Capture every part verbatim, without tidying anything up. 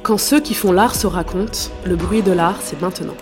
Quand ceux qui font l'art se racontent, le bruit de l'art, c'est maintenant.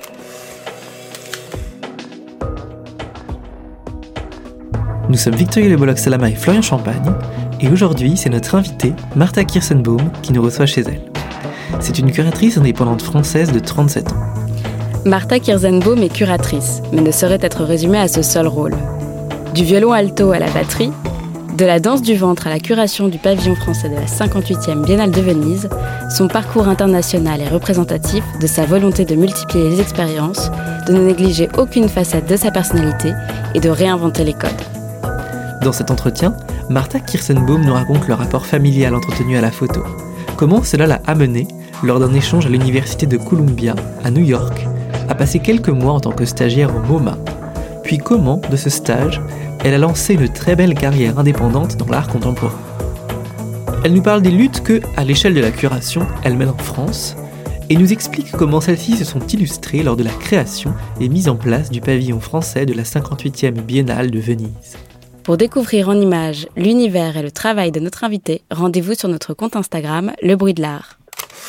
Nous sommes Victoria Leboloc-Salama et Florian Champagne, et aujourd'hui, c'est notre invitée, Martha Kirsenbaum, qui nous reçoit chez elle. C'est une curatrice indépendante française de trente-sept ans. Martha Kirsenbaum est curatrice, mais ne saurait être résumée à ce seul rôle. Du violon alto à la batterie, de la danse du ventre à la curation du pavillon français de la cinquante-huitième Biennale de Venise, son parcours international est représentatif de sa volonté de multiplier les expériences, de ne négliger aucune facette de sa personnalité et de réinventer les codes. Dans cet entretien, Martha Kirsenbaum nous raconte le rapport familial entretenu à la photo. Comment cela l'a amenée, lors d'un échange à l'université de Columbia, à New York, à passer quelques mois en tant que stagiaire au MoMA. Puis comment, de ce stage, elle a lancé une très belle carrière indépendante dans l'art contemporain. Elle nous parle des luttes que, à l'échelle de la curation, elle mène en France, et nous explique comment celles-ci se sont illustrées lors de la création et mise en place du pavillon français de la cinquante-huitième Biennale de Venise. Pour découvrir en images l'univers et le travail de notre invité, rendez-vous sur notre compte Instagram, Le Bruit de l'Art.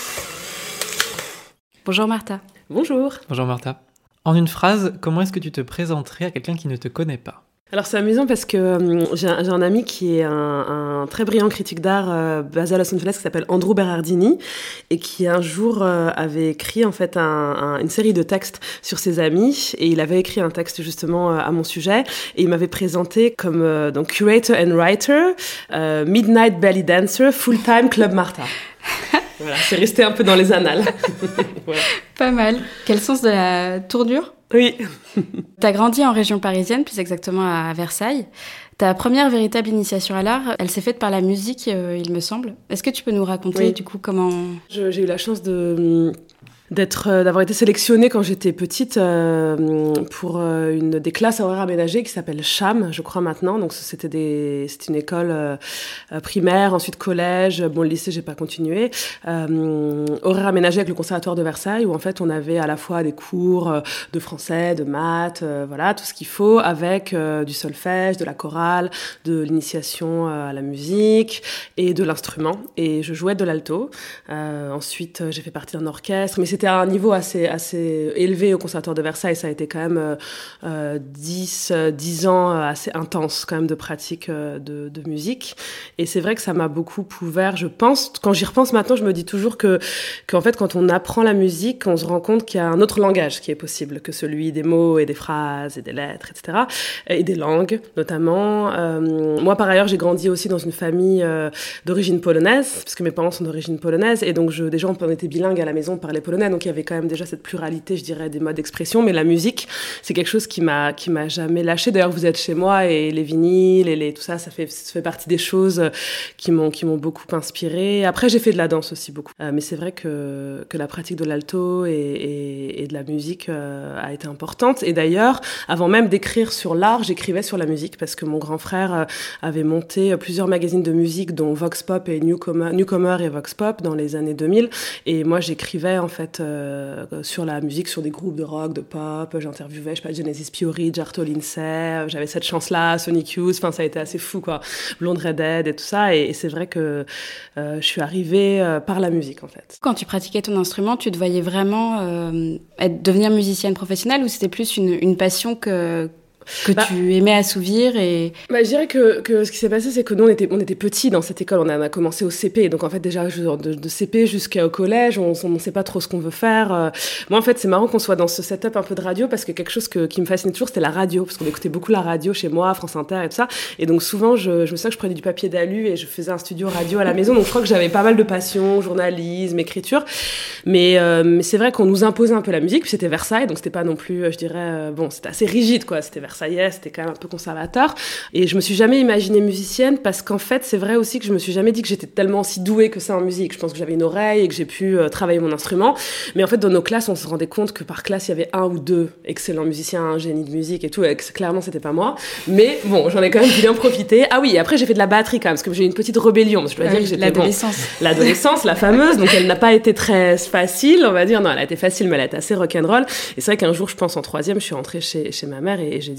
Bonjour Martha. Bonjour. Bonjour Martha. En une phrase, comment est-ce que tu te présenterais à quelqu'un qui ne te connaît pas ? Alors c'est amusant parce que euh, j'ai, un, j'ai un ami qui est un, un très brillant critique d'art euh, basé à Los Angeles qui s'appelle Andrew Berardini et qui un jour euh, avait écrit en fait un, un, une série de textes sur ses amis et il avait écrit un texte justement euh, à mon sujet et il m'avait présenté comme euh, donc curator and writer, euh, midnight belly dancer, full-time club Martha. Voilà, c'est resté un peu dans les annales. Voilà. Pas mal. Quel sens de la tournure ? Oui. T'as grandi en région parisienne, plus exactement à Versailles. Ta première véritable initiation à l'art, elle s'est faite par la musique, euh, il me semble. Est-ce que tu peux nous raconter oui. du coup comment... Je, j'ai eu la chance de... d'être euh, d'avoir été sélectionnée quand j'étais petite euh, pour euh, une des classes à horaires aménagés qui s'appelle Cham, je crois maintenant. Donc c'était des c'était une école euh, primaire, ensuite collège, bon le lycée j'ai pas continué. Euh, horaires aménagés avec le conservatoire de Versailles où en fait on avait à la fois des cours euh, de français, de maths, euh, voilà tout ce qu'il faut avec euh, du solfège, de la chorale, de l'initiation euh, à la musique et de l'instrument. Et je jouais de l'alto. Euh, ensuite j'ai fait partie d'un orchestre, mais c'était C'était à un niveau assez, assez élevé au Conservatoire de Versailles. Ça a été quand même euh, dix, dix ans assez intenses quand même de pratique euh, de, de musique. Et c'est vrai que ça m'a beaucoup ouvert. Je pense, quand j'y repense maintenant, je me dis toujours que, qu'en fait, quand on apprend la musique, on se rend compte qu'il y a un autre langage qui est possible que celui des mots et des phrases et des lettres, et cetera. Et des langues, notamment. Euh, moi, par ailleurs, j'ai grandi aussi dans une famille euh, d'origine polonaise, parce que mes parents sont d'origine polonaise. Et donc, je, déjà, on était bilingues à la maison, on parlait polonais. Donc il y avait quand même déjà cette pluralité, je dirais, des modes d'expression. Mais la musique, c'est quelque chose qui m'a qui m'a jamais lâché. D'ailleurs, vous êtes chez moi et les vinyles et les tout ça, ça fait ça fait partie des choses qui m'ont qui m'ont beaucoup inspirée. Après, j'ai fait de la danse aussi beaucoup. Euh, mais c'est vrai que que la pratique de l'alto et et, et de la musique euh, a été importante. Et d'ailleurs, avant même d'écrire sur l'art, j'écrivais sur la musique parce que mon grand frère euh, avait monté plusieurs magazines de musique, dont Vox Pop et Newcomer, Newcomer et Vox Pop dans les années deux mille. Et moi, j'écrivais en fait Euh, sur la musique, sur des groupes de rock, de pop. J'interviewais, je sais pas, Genesis P-Orridge, Arto Lindsay. J'avais cette chance-là, Sonic Youth. Enfin, ça a été assez fou, quoi. Blonde Redhead et tout ça. Et, et c'est vrai que euh, je suis arrivée euh, par la musique, en fait. Quand tu pratiquais ton instrument, tu te voyais vraiment euh, être, devenir musicienne professionnelle ou c'était plus une, une passion que... que bah, tu aimais assouvir et... Bah, je dirais que, que ce qui s'est passé, c'est que nous, on était, on était petits dans cette école. On a, on a commencé au C P. Donc, en fait, déjà, de, de C P jusqu'au collège, on ne sait pas trop ce qu'on veut faire. Euh, moi, en fait, c'est marrant qu'on soit dans ce setup un peu de radio parce que quelque chose que, qui me fascinait toujours, c'était la radio. Parce qu'on écoutait beaucoup la radio chez moi, France Inter et tout ça. Et donc, souvent, je, je me souviens que je prenais du papier d'alu et je faisais un studio radio à la maison. Donc, je crois que j'avais pas mal de passion, journalisme, écriture. Mais, euh, mais c'est vrai qu'on nous imposait un peu la musique. Puis, c'était Versailles. Donc, c'était pas non plus, je dirais... Euh, bon, c'était assez rigide, quoi. C'était versaillais, c'était quand même un peu conservateur. Et je me suis jamais imaginée musicienne parce qu'en fait, c'est vrai aussi que je me suis jamais dit que j'étais tellement si douée que ça en musique. Je pense que j'avais une oreille et que j'ai pu euh, travailler mon instrument. Mais en fait, dans nos classes, on se rendait compte que par classe, il y avait un ou deux excellents musiciens, un génie de musique et tout. Et que, clairement, c'était pas moi. Mais bon, j'en ai quand même bien profité. Ah oui, et après, j'ai fait de la batterie quand même parce que j'ai eu une petite rébellion. Parce que je dois ah dire oui, que j'étais l'adolescence. Bon, l'adolescence, la fameuse. Donc, elle n'a pas été très facile, on va dire. Non, elle a été facile, mais elle a été assez rock'n'roll. Et c'est vrai qu'un jour, je pense en troisième, je suis rentrée chez, chez ma mère et, et j'ai dit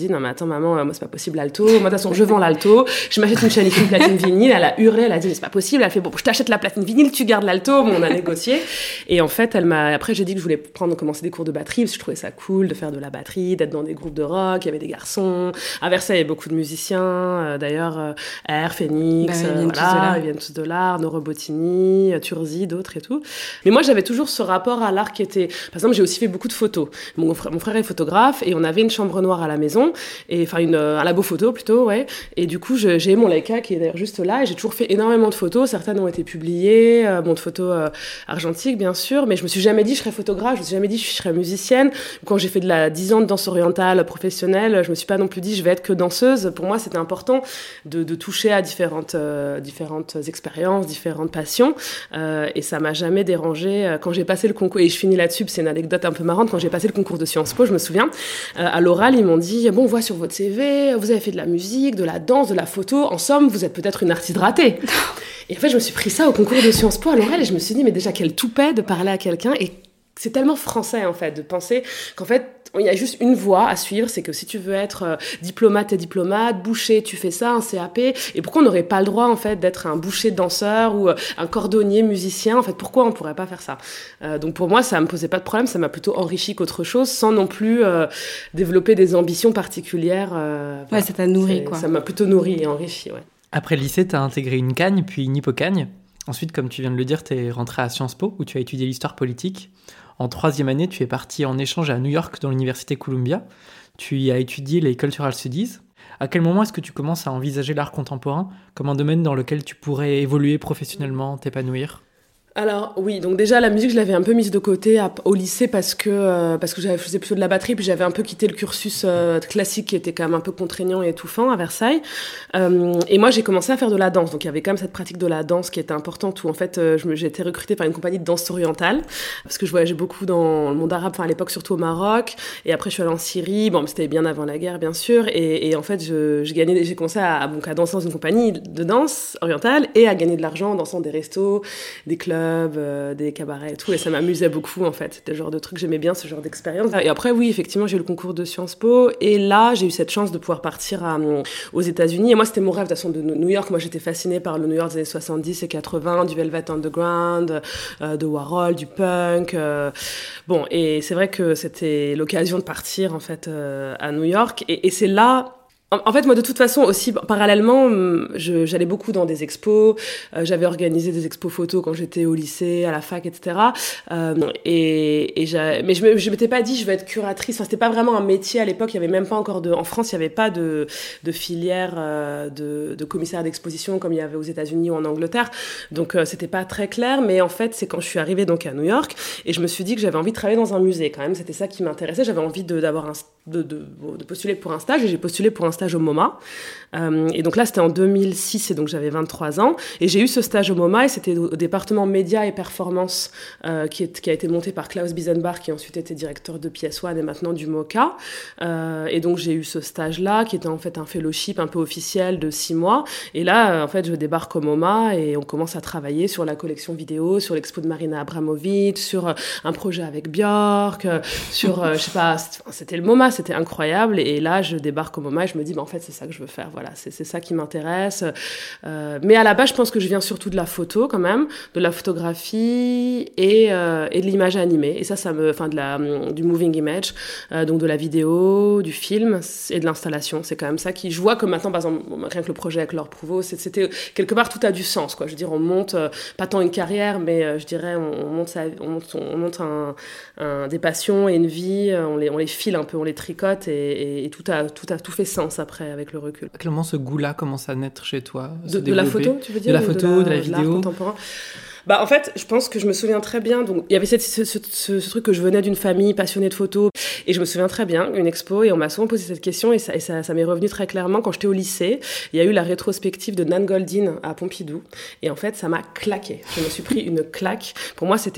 dit, non mais attends maman, moi c'est pas possible l'alto. Moi de toute façon je vends l'alto, je m'achète une chaîne une platine vinyle. Elle a hurlé, elle a dit mais c'est pas possible. Elle a fait bon, je t'achète la platine vinyle, tu gardes l'alto. Bon, on a négocié. Et en fait, elle m'a. Après j'ai dit que je voulais prendre, commencer des cours de batterie parce que je trouvais ça cool de faire de la batterie, d'être dans des groupes de rock. Il y avait des garçons. À Versailles, il y avait beaucoup de musiciens. Euh, d'ailleurs, euh, Air, Phoenix, bah, ils viennent, euh, tous voilà, ils viennent tous de l'art, Noro Bottini, Turzi, d'autres et tout. Mais moi j'avais toujours ce rapport à l'art qui était. Par exemple, j'ai aussi fait beaucoup de photos. Mon frère, mon frère est photographe et on avait une chambre noire à la maison, et enfin une un labo photo plutôt, ouais. Et du coup, je, j'ai mon Leica qui est d'ailleurs juste là, et j'ai toujours fait énormément de photos. Certaines ont été publiées, euh, bon, de photos euh, argentiques bien sûr, mais je me suis jamais dit je serais photographe, je me suis jamais dit je serais musicienne. Quand j'ai fait de la dix ans de danse orientale professionnelle, je me suis pas non plus dit je vais être que danseuse. Pour moi, c'était important de, de toucher à différentes euh, différentes expériences, différentes passions, euh, et ça m'a jamais dérangée. Quand j'ai passé le concours, et je finis là-dessus, c'est une anecdote un peu marrante, quand j'ai passé le concours de Sciences Po, je me souviens, euh, à l'oral, ils m'ont dit bon, on voit sur votre C V, vous avez fait de la musique, de la danse, de la photo, en somme, vous êtes peut-être une artiste ratée. Et en fait, je me suis pris ça au concours de Sciences Po à l'oral, et je me suis dit mais déjà quel toupet de parler à quelqu'un, et c'est tellement français en fait de penser qu'en fait il y a juste une voie à suivre, c'est que si tu veux être euh, diplomate, t'es diplomate, boucher, tu fais ça, un C A P, et pourquoi on n'aurait pas le droit en fait d'être un boucher danseur ou euh, un cordonnier musicien, en fait pourquoi on pourrait pas faire ça, euh, donc pour moi ça me posait pas de problème, ça m'a plutôt enrichi qu'autre chose, sans non plus euh, développer des ambitions particulières. Euh, ouais, voilà. ça t'a nourri c'est, quoi. Ça m'a plutôt nourri et enrichi, ouais. Après le lycée, t'as intégré une Cagne, puis une Hippocagne. Ensuite, comme tu viens de le dire, t'es rentré à Sciences Po, où tu as étudié l'histoire politique. En troisième année, tu es parti en échange à New York, dans l'université Columbia. Tu y as étudié les Cultural Studies. À quel moment est-ce que tu commences à envisager l'art contemporain comme un domaine dans lequel tu pourrais évoluer professionnellement, t'épanouir ? Alors oui, donc déjà la musique je l'avais un peu mise de côté à, au lycée parce que euh, parce que j'avais faisais plutôt de la batterie, puis j'avais un peu quitté le cursus euh, classique qui était quand même un peu contraignant et étouffant à Versailles. Euh, et moi j'ai commencé à faire de la danse, donc il y avait quand même cette pratique de la danse qui était importante, où en fait euh, je me, j'ai été recrutée par une compagnie de danse orientale parce que je voyageais beaucoup dans le monde arabe, enfin à l'époque surtout au Maroc, et après je suis allée en Syrie, bon c'était bien avant la guerre bien sûr, et, et en fait je, je gagnais, j'ai commencé à, donc, à danser dans une compagnie de danse orientale et à gagner de l'argent en dansant des restos, des clubs, Euh, des cabarets et tout, et ça m'amusait beaucoup en fait, c'était le genre de truc, j'aimais bien ce genre d'expérience. Et après oui, effectivement j'ai eu le concours de Sciences Po, et là j'ai eu cette chance de pouvoir partir à, aux États-Unis, et moi c'était mon rêve de toute façon de New York. Moi j'étais fascinée par le New York des années soixante-dix et quatre-vingts, du Velvet Underground, euh, de Warhol, du punk, euh, bon, et c'est vrai que c'était l'occasion de partir en fait euh, à New York, et, et c'est là. En fait, moi, de toute façon, aussi, parallèlement, je, j'allais beaucoup dans des expos. Euh, j'avais organisé des expos photos quand j'étais au lycée, à la fac, et cetera. Euh, et, et j'ai, mais je, me, je m'étais pas dit, je vais être curatrice. Enfin, c'était pas vraiment un métier à l'époque. Il y avait même pas encore de, en France, il y avait pas de, de filière euh, de, de commissaire d'exposition comme il y avait aux États-Unis ou en Angleterre. Donc, euh, c'était pas très clair. Mais en fait, c'est quand je suis arrivée donc à New York, et je me suis dit que j'avais envie de travailler dans un musée quand même. C'était ça qui m'intéressait. J'avais envie de, d'avoir un, de, de, de postuler pour un stage, et j'ai postulé pour un stage au MoMA. Euh, et donc là, c'était en deux mille six, et donc j'avais vingt-trois ans. Et j'ai eu ce stage au MoMA, et c'était au département médias et performance euh, qui, est, qui a été monté par Klaus Biesenbach, qui ensuite était directeur de P S One et maintenant du MoCA. Euh, et donc j'ai eu ce stage-là, qui était en fait un fellowship un peu officiel de six mois. Et là, en fait, je débarque au MoMA, et on commence à travailler sur la collection vidéo, sur l'expo de Marina Abramovic, sur un projet avec Björk, sur, euh, je sais pas, c'était le MoMA, c'était incroyable. Et là, je débarque au MoMA, et je me dis, bah, en fait, c'est ça que je veux faire, voilà, c'est, c'est ça qui m'intéresse. Euh, mais à la base, je pense que je viens surtout de la photo, quand même, de la photographie et, euh, et de l'image animée. Et ça, ça me, enfin, de la, du moving image, euh, donc de la vidéo, du film et de l'installation. C'est quand même ça qui, je vois que maintenant, par exemple, rien que le projet avec Laure Prouveau, c'était quelque part, tout a du sens, quoi. Je veux dire, on monte, euh, pas tant une carrière, mais euh, je dirais, on, on monte, sa, on monte, on monte un, un, des passions et une vie, on les, on les file un peu, on les tricote, et, et, et tout a, tout a, tout fait sens après, avec le recul. À quel moment ce goût-là commence à naître chez toi? De, de la photo, tu veux dire? De la photo, de la, de la vidéo. De l'art contemporain. Bah, en fait, je pense que je me souviens très bien. Donc, il y avait cette, ce, ce, ce, ce truc que je venais d'une famille passionnée de photos. Et je me souviens très bien, une expo, et on m'a souvent posé cette question, et ça, et ça, ça m'est revenu très clairement. Quand j'étais au lycée, il y a eu la rétrospective de Nan Goldin à Pompidou. Et en fait, ça m'a claqué. Je me suis pris une claque. Pour moi, c'était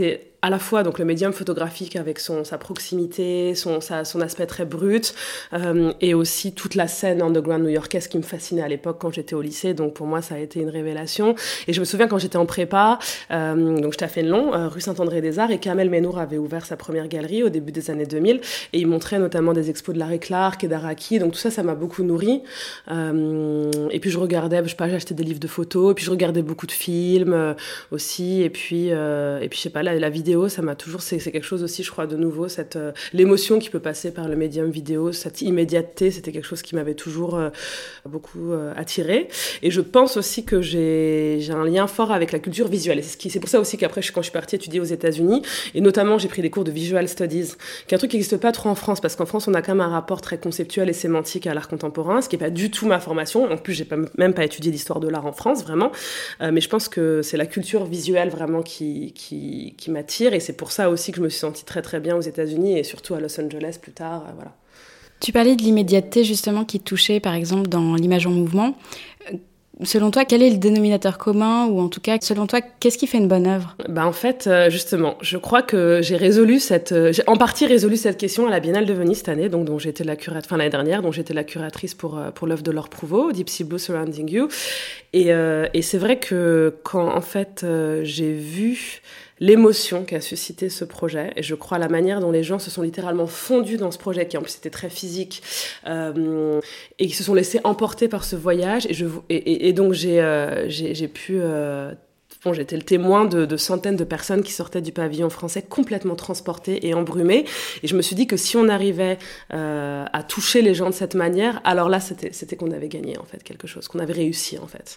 à la fois donc le médium photographique avec son sa proximité, son sa, son aspect très brut, euh, et aussi toute la scène underground new-yorkaise qui me fascinait à l'époque quand j'étais au lycée. Donc pour moi ça a été une révélation. Et je me souviens quand j'étais en prépa, euh, donc j'étais à Fénelon, euh, rue Saint-André-des-Arts, et Kamel Ménour avait ouvert sa première galerie au début des années deux mille, et il montrait notamment des expos de Larry Clark et d'Araki. Donc tout ça, ça m'a beaucoup nourri. Euh, et puis je regardais, je sais pas, j'achetais des livres de photos, et puis je regardais beaucoup de films euh, aussi, et puis euh, et puis je sais pas, la, la vidéo ça m'a toujours, c'est, c'est quelque chose aussi, je crois, de nouveau, cette, euh, l'émotion qui peut passer par le médium vidéo, cette immédiateté, c'était quelque chose qui m'avait toujours euh, beaucoup euh, attirée. Et je pense aussi que j'ai, j'ai un lien fort avec la culture visuelle. Et c'est, ce qui, c'est pour ça aussi qu'après, quand je suis partie étudier aux États-Unis, et notamment j'ai pris des cours de visual studies, qui est un truc qui n'existe pas trop en France, parce qu'en France, on a quand même un rapport très conceptuel et sémantique à l'art contemporain, ce qui n'est pas du tout ma formation. En plus, j'ai pas, même pas étudié l'histoire de l'art en France, vraiment. Euh, mais je pense que c'est la culture visuelle vraiment qui, qui, qui m'attire. Et c'est pour ça aussi que je me suis sentie très très bien aux États-Unis et surtout à Los Angeles plus tard. Euh, voilà. Tu parlais de l'immédiateté justement qui te touchait par exemple dans l'image en mouvement. Selon toi, quel est le dénominateur commun, ou en tout cas, selon toi, qu'est-ce qui fait une bonne œuvre ? Bah en fait, euh, justement, je crois que j'ai résolu cette, euh, j'ai en partie résolu cette question à la Biennale de Venise cette année, donc dont j'étais la curatrice, enfin l'année dernière, dont j'étais la curatrice pour euh, pour l'œuvre de Laure Prouveau, Deep Sea Blue Surrounding You, et euh, et c'est vrai que quand en fait euh, j'ai vu l'émotion qu'a suscité ce projet, et je crois la manière dont les gens se sont littéralement fondus dans ce projet, qui en plus était très physique, euh, et qui se sont laissés emporter par ce voyage, et, je, et, et, et donc j'ai, euh, j'ai, j'ai pu... Euh, Bon, j'étais le témoin de, de centaines de personnes qui sortaient du pavillon français complètement transportées et embrumées. Et je me suis dit que si on arrivait euh, à toucher les gens de cette manière, alors là, c'était, c'était qu'on avait gagné, en fait, quelque chose, qu'on avait réussi, en fait.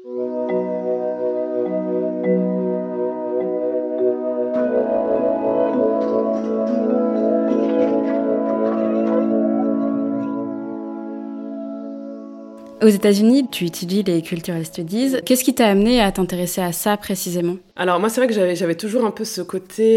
Aux États-Unis, tu étudies les cultural studies. Qu'est-ce qui t'a amené à t'intéresser à ça précisément ? Alors moi, c'est vrai que j'avais, j'avais toujours un peu ce côté,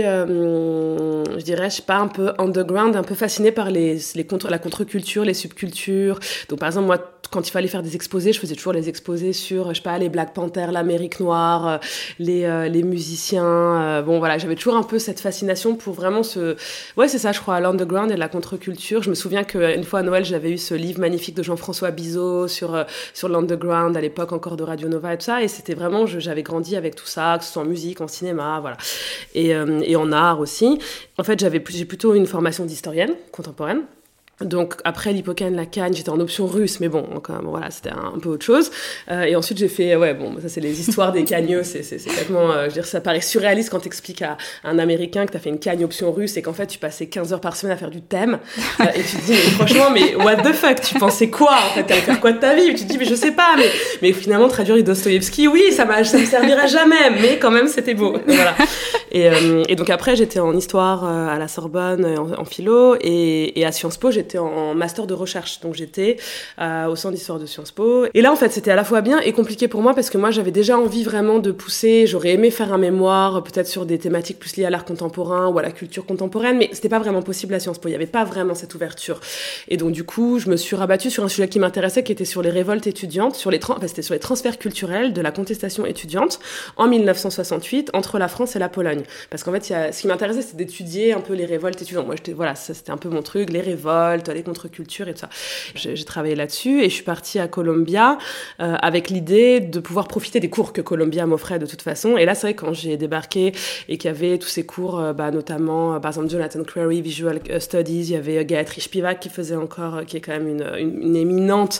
euh, je dirais, je sais pas, un peu underground, un peu fascinée par les, les contre, la contre-culture, les subcultures. Donc par exemple, moi, quand il fallait faire des exposés, je faisais toujours les exposés sur, je sais pas, les Black Panthers, l'Amérique noire, les, euh, les musiciens. Euh, bon voilà, j'avais toujours un peu cette fascination pour vraiment ce... Ouais, c'est ça, je crois, l'underground et la contre-culture. Je me souviens qu'une fois à Noël, j'avais eu ce livre magnifique de Jean-François Bizot sur, sur l'underground, à l'époque encore de Radio Nova et tout ça. Et c'était vraiment, je, j'avais grandi avec tout ça, que ce soit en musique, en cinéma, voilà. Et, euh, et en art aussi. En fait, j'avais, j'ai plutôt une formation d'historienne contemporaine. Donc après l'Hippocane, la Cannes, j'étais en option russe, mais bon, quand même, voilà, c'était un, un peu autre chose. Euh, et ensuite j'ai fait, ouais, bon, ça c'est les histoires des cagneux, c'est, c'est, c'est complètement, euh, je veux dire, ça paraît surréaliste quand t'expliques à un Américain que t'as fait une cagne option russe et qu'en fait tu passais quinze heures par semaine à faire du thème. Euh, et tu te dis, mais franchement, mais what the fuck, tu pensais quoi en fait, t'allais faire quoi de ta vie? Et tu te dis, mais je sais pas, mais, mais finalement traduire Dostoïevski, oui, ça m'a, ça me servira jamais, mais quand même c'était beau. Voilà. Et, euh, et donc après j'étais en histoire euh, à la Sorbonne, en, en philo, et, et à Sciences Po j'étais en master de recherche, donc j'étais euh, au centre d'histoire de Sciences Po. Et là, en fait, c'était à la fois bien et compliqué pour moi parce que moi, j'avais déjà envie vraiment de pousser. J'aurais aimé faire un mémoire, peut-être sur des thématiques plus liées à l'art contemporain ou à la culture contemporaine, mais c'était pas vraiment possible à Sciences Po. Il y avait pas vraiment cette ouverture. Et donc, du coup, je me suis rabattue sur un sujet qui m'intéressait, qui était sur les révoltes étudiantes, sur les tra- enfin, c'était sur les transferts culturels de la contestation étudiante en dix-neuf cent soixante-huit entre la France et la Pologne. Parce qu'en fait, il y a, ce qui m'intéressait, c'était d'étudier un peu les révoltes étudiantes. Moi, j'étais, voilà, ça, c'était un peu mon truc, les révoltes, les contre-culture et tout ça. J'ai, j'ai travaillé là-dessus et je suis partie à Columbia euh, avec l'idée de pouvoir profiter des cours que Columbia m'offrait de toute façon. Et là, c'est vrai, quand j'ai débarqué et qu'il y avait tous ces cours, euh, bah, notamment, euh, par exemple, Jonathan Crary, Visual Studies, il y avait Gayatri Spivak qui faisait encore, euh, qui est quand même une, une, une éminente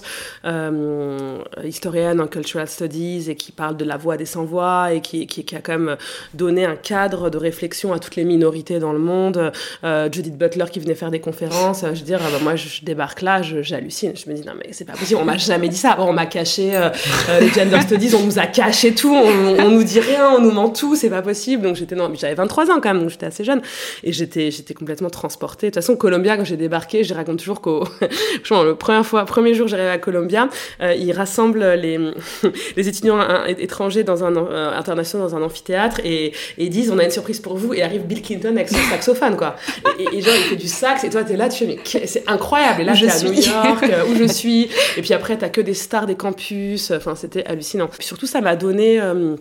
euh, historienne en Cultural Studies et qui parle de la voix des sans-voix et qui, qui, qui a quand même donné un cadre de réflexion à toutes les minorités dans le monde. Euh, Judith Butler qui venait faire des conférences. Euh, je veux dire, euh, bah, moi, je, je débarque là, je, j'hallucine. Je me dis, non, mais c'est pas possible, on m'a jamais dit ça. On m'a caché euh, euh, les gender studies, on nous a caché tout, on, on nous dit rien, on nous ment tout, c'est pas possible. Donc j'étais, non, mais j'avais vingt-trois ans quand même, donc j'étais assez jeune. Et j'étais, j'étais complètement transportée. De toute façon, Columbia, quand j'ai débarqué, je raconte toujours qu'au, franchement, le premier fois, premier jour, j'arrivais à Columbia, euh, ils rassemblent les, les étudiants un, étrangers dans un, euh, internationaux dans un amphithéâtre et, et disent, on a une surprise pour vous, et arrive Bill Clinton avec son saxophone, quoi. Et, et, et genre, il fait du sax, et toi, t'es là, tu fais, mais c'est incroyable. Et là, j'étais à New York, euh, où je suis. Et puis après, t'as que des stars des campus. Enfin, c'était hallucinant. Puis surtout, ça m'a donné... Euh,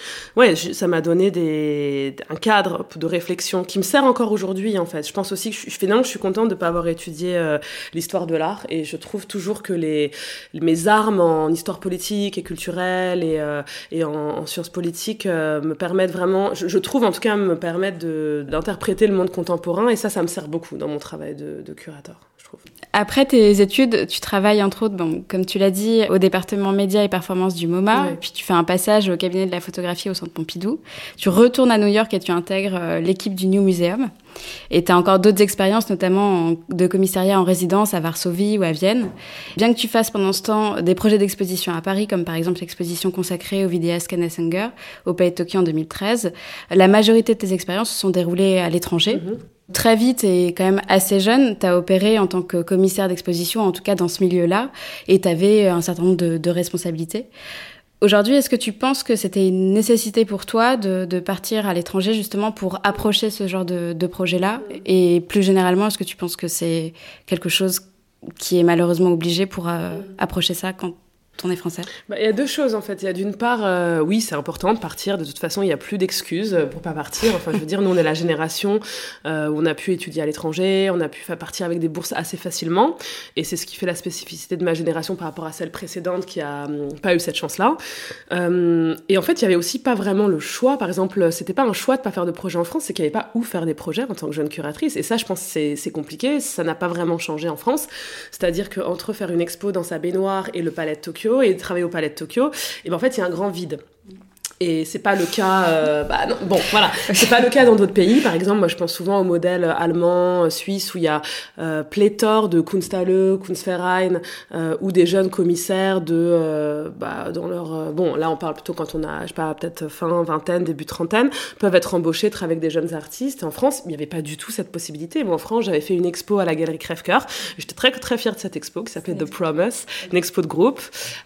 Ouais, je, ça m'a donné des, un cadre de réflexion qui me sert encore aujourd'hui, en fait. Je pense aussi que je, finalement, je suis contente de ne pas avoir étudié euh, l'histoire de l'art, et je trouve toujours que les, mes armes en histoire politique et culturelle et, euh, et en, en sciences politiques euh, me permettent vraiment, je, je trouve en tout cas, me permettent de, d'interpréter le monde contemporain, et ça, ça me sert beaucoup dans mon travail de, de curateur, je trouve. Après tes études, tu travailles entre autres, bon, comme tu l'as dit, au département médias et performances du MoMA, Ouais. puis tu fais un passage au cabinet de la photographie au Centre Pompidou. Tu retournes à New York et tu intègres euh, l'équipe du New Museum. Et tu as encore d'autres expériences, notamment en, de commissariat en résidence à Varsovie ou à Vienne. Bien que tu fasses pendant ce temps des projets d'exposition à Paris, comme par exemple l'exposition consacrée au vidéaste Kenneth Anger au Palais de Tokyo en deux mille treize, la majorité de tes expériences se sont déroulées à l'étranger. Mm-hmm. Très vite et quand même assez jeune, tu as opéré en tant que commissaire d'exposition, en tout cas dans ce milieu-là, et tu avais un certain nombre de, de responsabilités. Aujourd'hui, est-ce que tu penses que c'était une nécessité pour toi de, de partir à l'étranger justement pour approcher ce genre de, de projet-là ? Et plus généralement, est-ce que tu penses que c'est quelque chose qui est malheureusement obligé pour euh, approcher ça quand on est français ? Bah, il y a deux choses en fait. Il y a d'une part, euh, oui, c'est important de partir. De toute façon, il n'y a plus d'excuses pour pas partir. Enfin, je veux dire, nous, on est la génération euh, où on a pu étudier à l'étranger, on a pu faire partir avec des bourses assez facilement. Et c'est ce qui fait la spécificité de ma génération par rapport à celle précédente qui a hum, pas eu cette chance-là. Euh, et en fait, il y avait aussi pas vraiment le choix. Par exemple, c'était pas un choix de pas faire de projet en France, c'est qu'il n'y avait pas où faire des projets en tant que jeune curatrice. Et ça, je pense que c'est, c'est compliqué. Ça n'a pas vraiment changé en France. C'est-à-dire qu'entre faire une expo dans sa baignoire et le Palais de Tokyo, et travailler au Palais de Tokyo, et ben en fait il y a un grand vide. Et c'est pas le cas, euh, bah non, bon, voilà, c'est pas le cas dans d'autres pays. Par exemple, moi je pense souvent au modèle allemand, suisse, où il y a euh, pléthore de Kunsthalle, Kunstverein, euh, ou des jeunes commissaires de, euh, bah, dans leur, euh, bon, là on parle plutôt quand on a, je sais pas, peut-être fin vingtaine, début trentaine, peuvent être embauchés, travailler avec des jeunes artistes. Et en France, il n'y avait pas du tout cette possibilité. Moi en France, j'avais fait une expo à la Galerie Crève-Cœur. J'étais très très fière de cette expo qui s'appelait The Promise, une expo de groupe,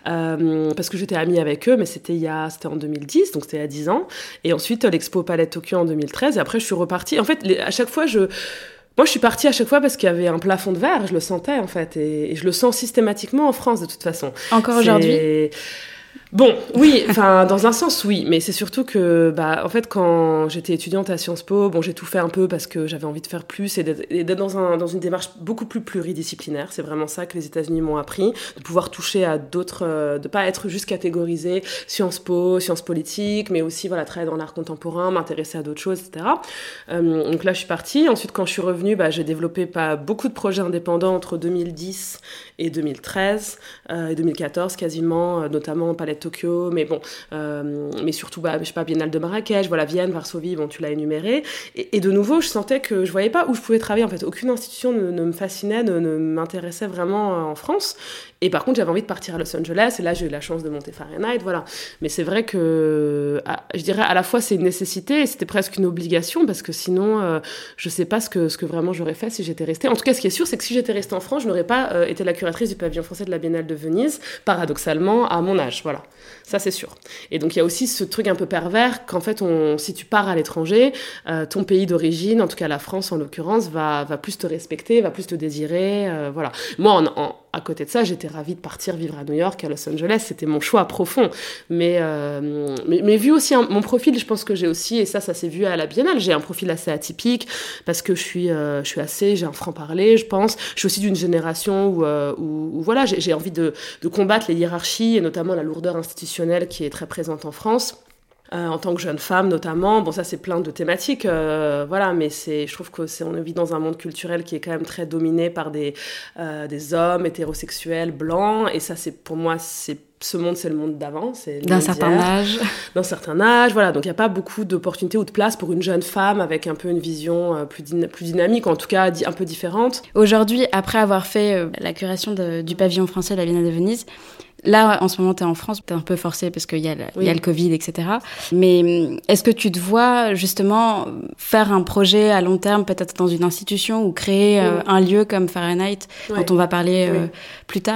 euh, parce que j'étais amie avec eux, mais c'était il y a, c'était en deux mille dix. Donc c'était il y a dix ans, et ensuite l'expo au Palais de Tokyo en deux mille treize, et après je suis repartie. En fait, les, à chaque fois, je... moi je suis partie à chaque fois parce qu'il y avait un plafond de verre, je le sentais en fait, et, et je le sens systématiquement en France de toute façon. Encore c'est... aujourd'hui ? Bon, oui, enfin, dans un sens, oui, mais c'est surtout que, bah, en fait, quand j'étais étudiante à Sciences Po, bon, j'ai tout fait un peu parce que j'avais envie de faire plus et d'être, et d'être dans, un, dans une démarche beaucoup plus pluridisciplinaire. C'est vraiment ça que les États-Unis m'ont appris, de pouvoir toucher à d'autres, euh, de pas être juste catégorisé Sciences Po, sciences politiques, mais aussi, voilà, travailler dans l'art contemporain, m'intéresser à d'autres choses, et cetera. Euh, donc là, je suis partie. Ensuite, quand je suis revenue, bah, j'ai développé pas beaucoup de projets indépendants entre deux mille dix et deux mille treize, euh, et deux mille quatorze quasiment, euh, notamment au Palais de Tokyo, mais bon, euh, mais surtout, bah, je sais pas, Biennale de Marrakech, voilà, Vienne, Varsovie, bon, tu l'as énuméré. Et, et de nouveau, je sentais que je voyais pas où je pouvais travailler, en fait. Aucune institution ne, ne me fascinait, ne, ne m'intéressait vraiment euh, en France. Et par contre, j'avais envie de partir à Los Angeles, et là, j'ai eu la chance de monter Fahrenheit, voilà. Mais c'est vrai que, à, je dirais, à la fois, c'est une nécessité, et c'était presque une obligation, parce que sinon, euh, je sais pas ce que, ce que vraiment j'aurais fait si j'étais restée. En tout cas, ce qui est sûr, c'est que si j'étais restée en France, je n'aurais pas euh, été la curatrice du pavillon français de la Biennale de Venise, paradoxalement, à mon âge, voilà. Ça, c'est sûr. Et donc, il y a aussi ce truc un peu pervers qu'en fait, on, si tu pars à l'étranger, euh, ton pays d'origine, en tout cas la France en l'occurrence, va, va plus te respecter, va plus te désirer, euh, voilà. Moi, en, en, à côté de ça, j'étais ravie de partir vivre à New York, à Los Angeles, c'était mon choix profond. Mais, euh, mais, mais vu aussi hein, mon profil, je pense que j'ai aussi, et ça, ça s'est vu à la Biennale, j'ai un profil assez atypique, parce que je suis, euh, je suis assez, j'ai un franc-parler, je pense. Je suis aussi d'une génération où, euh, où, où voilà, j'ai, j'ai envie de, de combattre les hiérarchies, et notamment la lourdeur institutionnelle qui est très présente en France. Euh, en tant que jeune femme notamment, bon ça c'est plein de thématiques, euh, voilà, mais c'est, je trouve que c'est, on vit dans un monde culturel qui est quand même très dominé par des, euh, des hommes hétérosexuels blancs, et ça c'est pour moi c'est ce monde, c'est le monde d'avant, c'est d'un certain âge, d'un certain âge, voilà. Donc il y a pas beaucoup d'opportunités ou de place pour une jeune femme avec un peu une vision euh, plus, dyna- plus dynamique, en tout cas di- un peu différente. Aujourd'hui, après avoir fait euh, la curation de, du pavillon français de la Biennale de Venise, là, en ce moment, t'es en France, t'es un peu forcée parce qu'il y a le, oui. il y a le Covid, et cetera. Mais est-ce que tu te vois justement faire un projet à long terme, peut-être dans une institution, ou créer euh, oui. un lieu comme Fahrenheit, oui. dont on va parler euh, oui. plus tard ?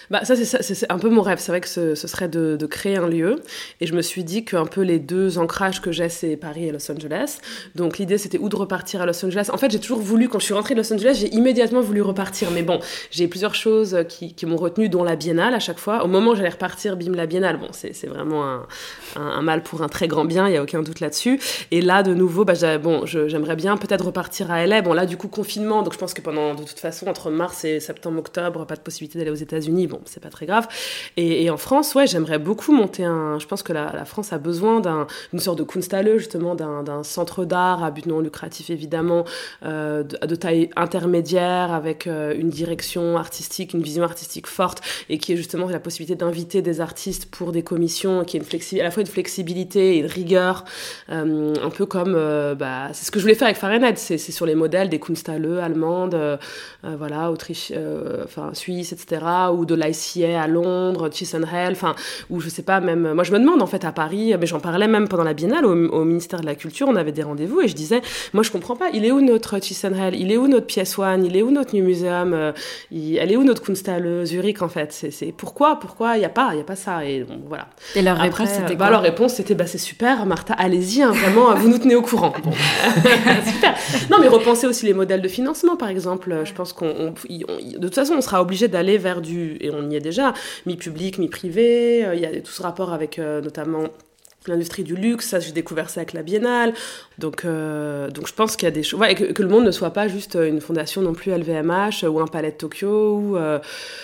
Bah ça c'est, ça, c'est, c'est un peu mon rêve, c'est vrai que ce, ce serait de, de créer un lieu, et je me suis dit qu'un peu les deux ancrages que j'ai, c'est Paris et Los Angeles, donc l'idée c'était ou de repartir à Los Angeles, en fait j'ai toujours voulu, quand je suis rentrée de Los Angeles, j'ai immédiatement voulu repartir, mais bon, j'ai plusieurs choses qui, qui m'ont retenue, dont la Biennale à chaque fois, au moment où j'allais repartir, bim, la Biennale, bon c'est, c'est vraiment un, un, un mal pour un très grand bien, il n'y a aucun doute là-dessus, et là de nouveau, bah, bon, je, j'aimerais bien peut-être repartir à L A, bon là du coup confinement, donc je pense que pendant, de toute façon, entre mars et septembre, octobre, pas de possibilité d'aller aux États-Unis, bon, c'est pas très grave. Et, et en France, ouais, j'aimerais beaucoup monter un. Je pense que la, la France a besoin d'un, d'une sorte de Kunsthalle, justement, d'un, d'un centre d'art à but non lucratif, évidemment, euh, de, de taille intermédiaire, avec euh, une direction artistique, une vision artistique forte, et qui est justement la possibilité d'inviter des artistes pour des commissions, qui est une flexi- à la fois une flexibilité et une rigueur, euh, un peu comme. Euh, bah, c'est ce que je voulais faire avec Fahrenheit, c'est, c'est sur les modèles des Kunsthalle allemandes, euh, euh, voilà, Autriche, euh, enfin, Suisse, et cetera, ou de l'I C A à Londres, Chisenhall, enfin, ou je sais pas, même, moi je me demande en fait à Paris, mais j'en parlais même pendant la Biennale au, au ministère de la Culture, on avait des rendez-vous et je disais, moi je comprends pas, il est où notre Chisenhall, il est où notre P S un, il est où notre New Museum, euh, il, elle est où notre Kunsthalle Zurich en fait, c'est, c'est pourquoi, pourquoi il y a pas, il y a pas ça, et bon, voilà. Et leur Après, réponse c'était quoi? Bah, leur réponse c'était, bah c'est super, Martha, allez-y, hein, vraiment, vous nous tenez au courant. Bon. Super. Non, mais repensez aussi les modèles de financement, par exemple. Je pense qu'on, on, on, de toute façon, on sera obligé d'aller vers du, et on y est déjà, mi-public, mi-privé. Il y a tout ce rapport avec euh, notamment l'industrie du luxe, ça j'ai découvert ça avec la Biennale, donc, euh, donc je pense qu'il y a des choses, ouais, et que, que le monde ne soit pas juste une fondation non plus L V M H ou un palais de Tokyo ou... Euh,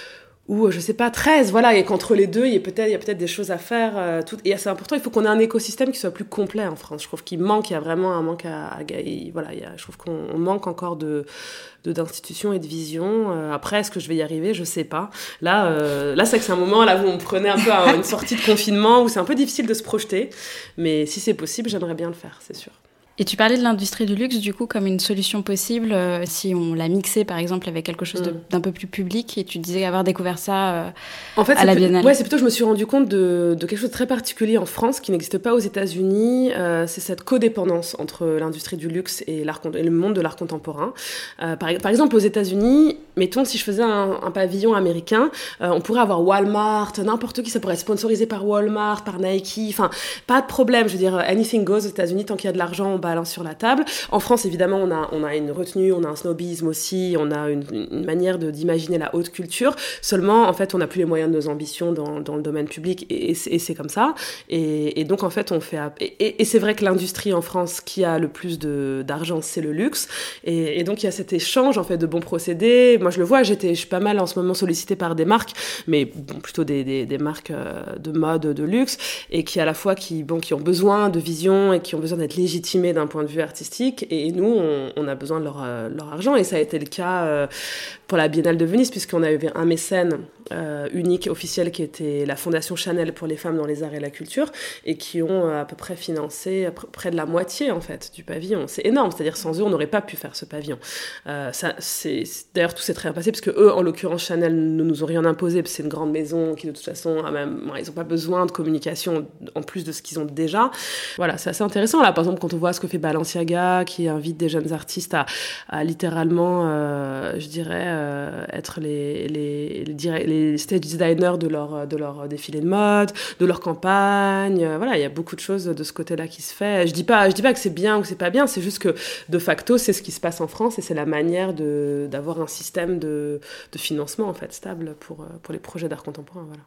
ou je sais pas, treize, voilà, et qu'entre les deux, il y a peut-être, il y a peut-être des choses à faire. Euh, tout, et c'est important, il faut qu'on ait un écosystème qui soit plus complet en France. Je trouve qu'il manque, il y a vraiment un manque à... à et voilà, il y a, je trouve qu'on manque encore de, de, d'institutions et de vision. Euh, après, est-ce que je vais y arriver? Je sais pas. Là, euh, là c'est que c'est un moment là, où on prenait un peu à une sortie de confinement, où c'est un peu difficile de se projeter. Mais si c'est possible, j'aimerais bien le faire, c'est sûr. Et tu parlais de l'industrie du luxe, du coup, comme une solution possible, euh, si on l'a mixé, par exemple, avec quelque chose de, mmh. d'un peu plus public, et tu disais avoir découvert ça euh, en fait, à la Biennale. Ouais, c'est plutôt, je me suis rendu compte de, de quelque chose de très particulier en France, qui n'existe pas aux États-Unis, euh, c'est cette codépendance entre l'industrie du luxe et, l'art, et le monde de l'art contemporain. Euh, par, par exemple, aux États-Unis, mettons, si je faisais un, un pavillon américain, euh, on pourrait avoir Walmart, n'importe qui, ça pourrait être sponsorisé par Walmart, par Nike, enfin, pas de problème, je veux dire, anything goes aux États-Unis, tant qu'il y a de l'argent, on balance sur la table. En France, évidemment, on a, on a une retenue, on a un snobisme aussi, on a une, une manière de, d'imaginer la haute culture. Seulement, en fait, on n'a plus les moyens de nos ambitions dans, dans le domaine public, et, et, c'est, et c'est comme ça. Et, et donc, en fait, on fait... Et, et, et c'est vrai que l'industrie en France qui a le plus de, d'argent, c'est le luxe. Et, et donc, il y a cet échange, en fait, de bons procédés. Moi, je le vois, j'étais, je suis pas mal en ce moment sollicitée par des marques, mais bon, plutôt des, des, des marques de mode, de luxe, et qui, à la fois, qui, bon, qui ont besoin de vision et qui ont besoin d'être légitimées d'un point de vue artistique, et nous on, on a besoin de leur, euh, leur argent, et ça a été le cas euh, pour la Biennale de Venise, puisqu'on avait un mécène euh, unique, officiel, qui était la Fondation Chanel pour les femmes dans les arts et la culture, et qui ont euh, à peu près financé à peu près de la moitié en fait du pavillon. C'est énorme, c'est-à-dire sans eux on n'aurait pas pu faire ce pavillon. Euh, ça, c'est, d'ailleurs tout s'est très bien passé, parce que eux, en l'occurrence Chanel, ne nous ont rien imposé, parce que c'est une grande maison qui de toute façon a même, bon, ils n'ont pas besoin de communication en plus de ce qu'ils ont déjà. Voilà, c'est assez intéressant là, par exemple quand on voit ce que fait Balenciaga, qui invite des jeunes artistes à, à littéralement, euh, je dirais, euh, être les, les, les, les stage designers de leur, de leur défilé de mode, de leur campagne. Euh, voilà, il y a beaucoup de choses de ce côté-là qui se fait. Je dis pas, je dis pas que c'est bien ou que c'est pas bien, c'est juste que de facto, c'est ce qui se passe en France, et c'est la manière de, d'avoir un système de, de financement en fait stable pour, pour les projets d'art contemporain. Voilà.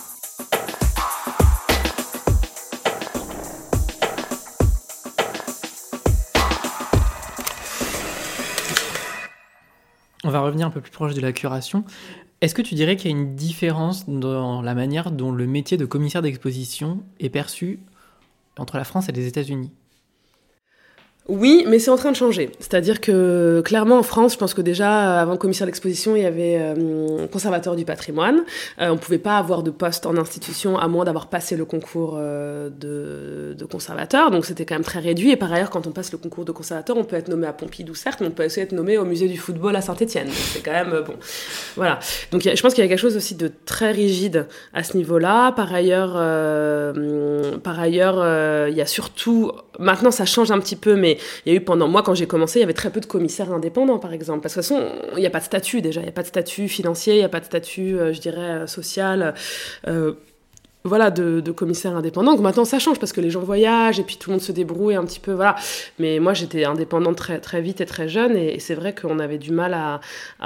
On va revenir un peu plus proche de la curation. Est-ce que tu dirais qu'il y a une différence dans la manière dont le métier de commissaire d'exposition est perçu entre la France et les États-Unis ? Oui, mais c'est en train de changer. C'est-à-dire que, clairement, en France, je pense que déjà, avant le commissaire d'exposition, il y avait euh, conservateur du patrimoine. Euh, on ne pouvait pas avoir de poste en institution à moins d'avoir passé le concours euh, de, de conservateur. Donc, c'était quand même très réduit. Et par ailleurs, quand on passe le concours de conservateur, on peut être nommé à Pompidou, certes, mais on peut aussi être nommé au musée du football à Saint-Étienne. Donc, c'est quand même, euh, bon, voilà. Donc, y a, je pense qu'il y a quelque chose aussi de très rigide à ce niveau-là. Par ailleurs, euh, par ailleurs, euh, il y a surtout, maintenant, ça change un petit peu, mais il y a eu pendant moi, quand j'ai commencé, il y avait très peu de commissaires indépendants, par exemple. Parce que de toute façon, il n'y a pas de statut déjà. Il n'y a pas de statut financier, il n'y a pas de statut, euh, je dirais, social. Euh, voilà, de, de commissaire indépendant. Donc maintenant, ça change parce que les gens voyagent et puis tout le monde se débrouille un petit peu, voilà. Mais moi, j'étais indépendante très, très vite et très jeune et, et c'est vrai qu'on avait du mal à,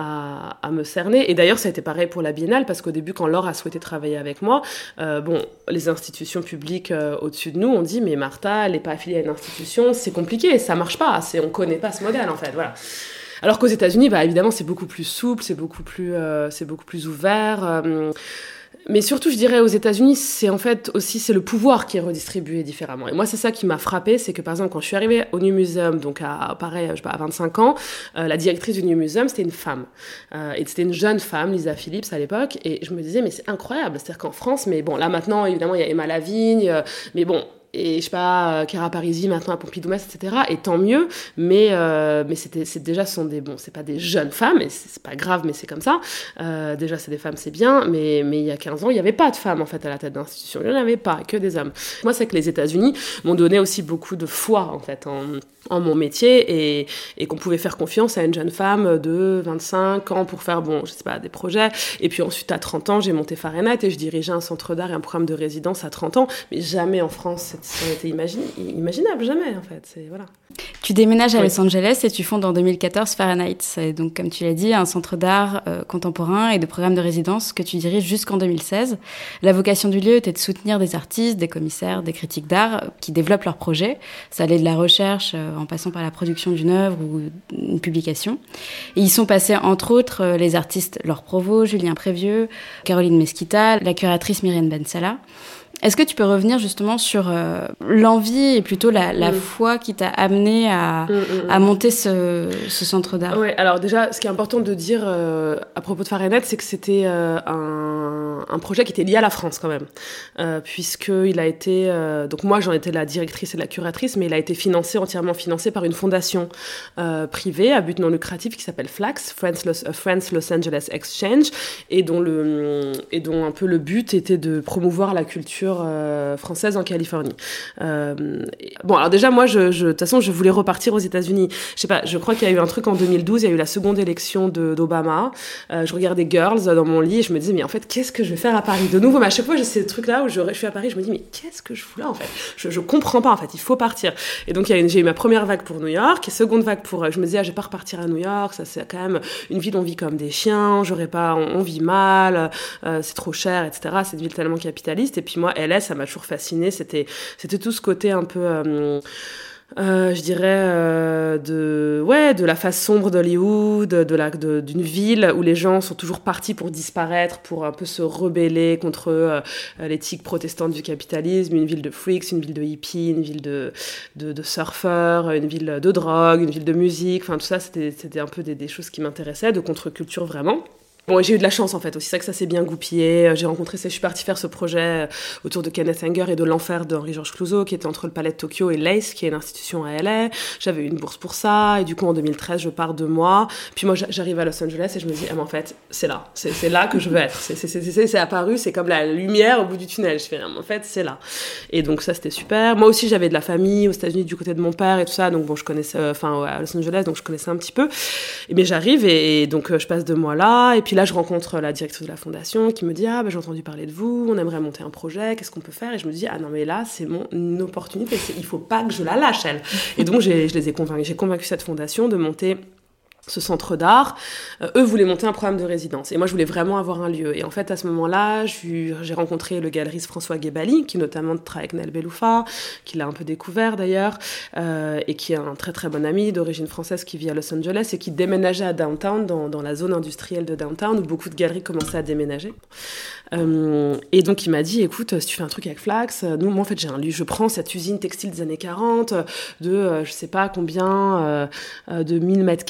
à, à me cerner. Et d'ailleurs, ça a été pareil pour la Biennale parce qu'au début, quand Laure a souhaité travailler avec moi, euh, bon, les institutions publiques euh, au-dessus de nous ont dit « Mais Martha, elle n'est pas affiliée à une institution, c'est compliqué, ça marche pas, c'est, on connaît pas ce modèle, en fait, voilà. » Alors qu'aux États-Unis, bah, évidemment, c'est beaucoup plus souple, c'est beaucoup plus, euh, c'est beaucoup plus ouvert. Euh, Mais surtout, je dirais, aux États-Unis, c'est en fait aussi c'est le pouvoir qui est redistribué différemment. Et moi, c'est ça qui m'a frappée, c'est que par exemple, quand je suis arrivée au New Museum, donc à pareil, je sais pas, à vingt-cinq ans, euh, la directrice du New Museum, c'était une femme. Euh, et c'était une jeune femme, Lisa Phillips à l'époque, et je me disais, mais c'est incroyable. C'est-à-dire qu'en France, mais bon, là maintenant, évidemment, il y a Emma Lavigne, euh, mais bon. Et je sais pas, Chiara Parisi maintenant à Pompidou-Metz, et cetera. Et tant mieux, mais euh, mais c'était c'est déjà ce sont des bon, c'est pas des jeunes femmes, et c'est, c'est pas grave, mais c'est comme ça. Euh, déjà c'est des femmes, c'est bien, mais mais il y a quinze ans, il y avait pas de femmes en fait à la tête d'institution, il y en avait pas, que des hommes. Moi, c'est que les États-Unis m'ont donné aussi beaucoup de foi en fait en en mon métier et, et qu'on pouvait faire confiance à une jeune femme de vingt-cinq ans pour faire, bon, je sais pas, des projets. Et puis ensuite, à trente ans, j'ai monté Fahrenheit et je dirigeais un centre d'art et un programme de résidence à trente ans. Mais jamais en France, ça aurait été imagine, imaginable, jamais en fait. C'est, voilà. Tu déménages à oui. Los Angeles et tu fondes en deux mille quatorze Fahrenheit. C'est donc, comme tu l'as dit, un centre d'art euh, contemporain et de programme de résidence que tu diriges jusqu'en deux mille seize. La vocation du lieu était de soutenir des artistes, des commissaires, des critiques d'art qui développent leurs projets. Ça allait de la recherche euh, en passant par la production d'une œuvre ou une publication. Et ils sont passés, entre autres, euh, les artistes Laure Provost, Julien Prévieux, Caroline Mesquita, la curatrice Myriam Bensala. Est-ce que tu peux revenir justement sur euh, l'envie et plutôt la, la mmh. foi qui t'a amené à, mmh, mmh. à monter ce, ce centre d'art ? Oui, alors déjà, ce qui est important de dire euh, à propos de Fahrenheit, c'est que c'était euh, un, un projet qui était lié à la France quand même, euh, puisqu'il a été... Euh, donc moi, j'en étais la directrice et la curatrice, mais il a été financé, entièrement financé par une fondation euh, privée à but non lucratif qui s'appelle FLAX, France Los, uh, France Los Angeles Exchange, et dont, le, et dont un peu le but était de promouvoir la culture Euh, française en Californie. Euh, et, bon, alors déjà, moi, je, je, de toute façon, je voulais repartir aux États-Unis. Je sais pas, je crois qu'il y a eu un truc en deux mille douze, il y a eu la seconde élection de, d'Obama. Euh, je regardais Girls dans mon lit et je me disais, mais en fait, qu'est-ce que je vais faire à Paris ? De nouveau, mais à chaque fois, j'ai ces trucs-là où je, je suis à Paris, je me dis, mais qu'est-ce que je fous là, en fait ? Je, je comprends pas, en fait, il faut partir. Et donc, il y a une, j'ai eu ma première vague pour New York et seconde vague pour... Je me disais, ah, je vais pas repartir à New York, ça, c'est quand même une ville où on vit comme des chiens, j'aurais pas... On, on vit mal, euh, c'est trop cher, et cetera. C'est une ville tellement capitaliste. Et puis moi, L A, ça m'a toujours fascinée. C'était, c'était tout ce côté un peu, euh, euh, je dirais, euh, de, ouais, de la face sombre d'Hollywood, de la, de, d'une ville où les gens sont toujours partis pour disparaître, pour un peu se rebeller contre euh, l'éthique protestante du capitalisme. Une ville de freaks, une ville de hippies, une ville de, de, de surfeurs, une ville de drogue, une ville de musique. Enfin, tout ça, c'était, c'était un peu des, des choses qui m'intéressaient, de contre-culture vraiment. Bon, j'ai eu de la chance en fait aussi, c'est ça que ça s'est bien goupillé. J'ai rencontré, je suis partie faire ce projet autour de Kenneth Anger et de l'enfer d'Henri-Georges Clouzot, qui était entre le Palais de Tokyo et l'Ace, qui est une institution à L A. J'avais eu une bourse pour ça, et du coup en deux mille treize, je pars deux mois. Puis moi, j'arrive à Los Angeles et je me dis, ah, mais en fait, c'est là, c'est, c'est là que je veux être. C'est, c'est, c'est, c'est, c'est apparu, c'est comme la lumière au bout du tunnel. Je fais, en fait, c'est là. Et donc ça, c'était super. Moi aussi, j'avais de la famille aux États-Unis du côté de mon père et tout ça, donc bon, je connaissais, enfin, à Los Angeles, donc je connaissais un petit peu. Et bien j'arrive et, et donc je passe deux mois là, et puis là, je rencontre la directrice de la fondation qui me dit « Ah, bah, j'ai entendu parler de vous, on aimerait monter un projet, qu'est-ce qu'on peut faire ?» Et je me dis « Ah non, mais là, c'est mon opportunité, c'est, il faut pas que je la lâche, elle. » Et donc, j'ai, je les ai convaincus, j'ai convaincu cette fondation de monter ce centre d'art. Euh, eux voulaient monter un programme de résidence. Et moi, je voulais vraiment avoir un lieu. Et en fait, à ce moment-là, j'ai, j'ai rencontré le galeriste François Guébali, qui notamment travaille avec Nel Beloufa, qui l'a un peu découvert d'ailleurs, euh, et qui est un très très bon ami d'origine française qui vit à Los Angeles et qui déménageait à Downtown, dans, dans la zone industrielle de Downtown, où beaucoup de galeries commençaient à déménager. Euh, et donc, il m'a dit, écoute, si tu fais un truc avec Flax, nous, moi, en fait, j'ai un lieu, je prends cette usine textile des années quarante, de, euh, je sais pas combien, euh, de mille mètres carrés,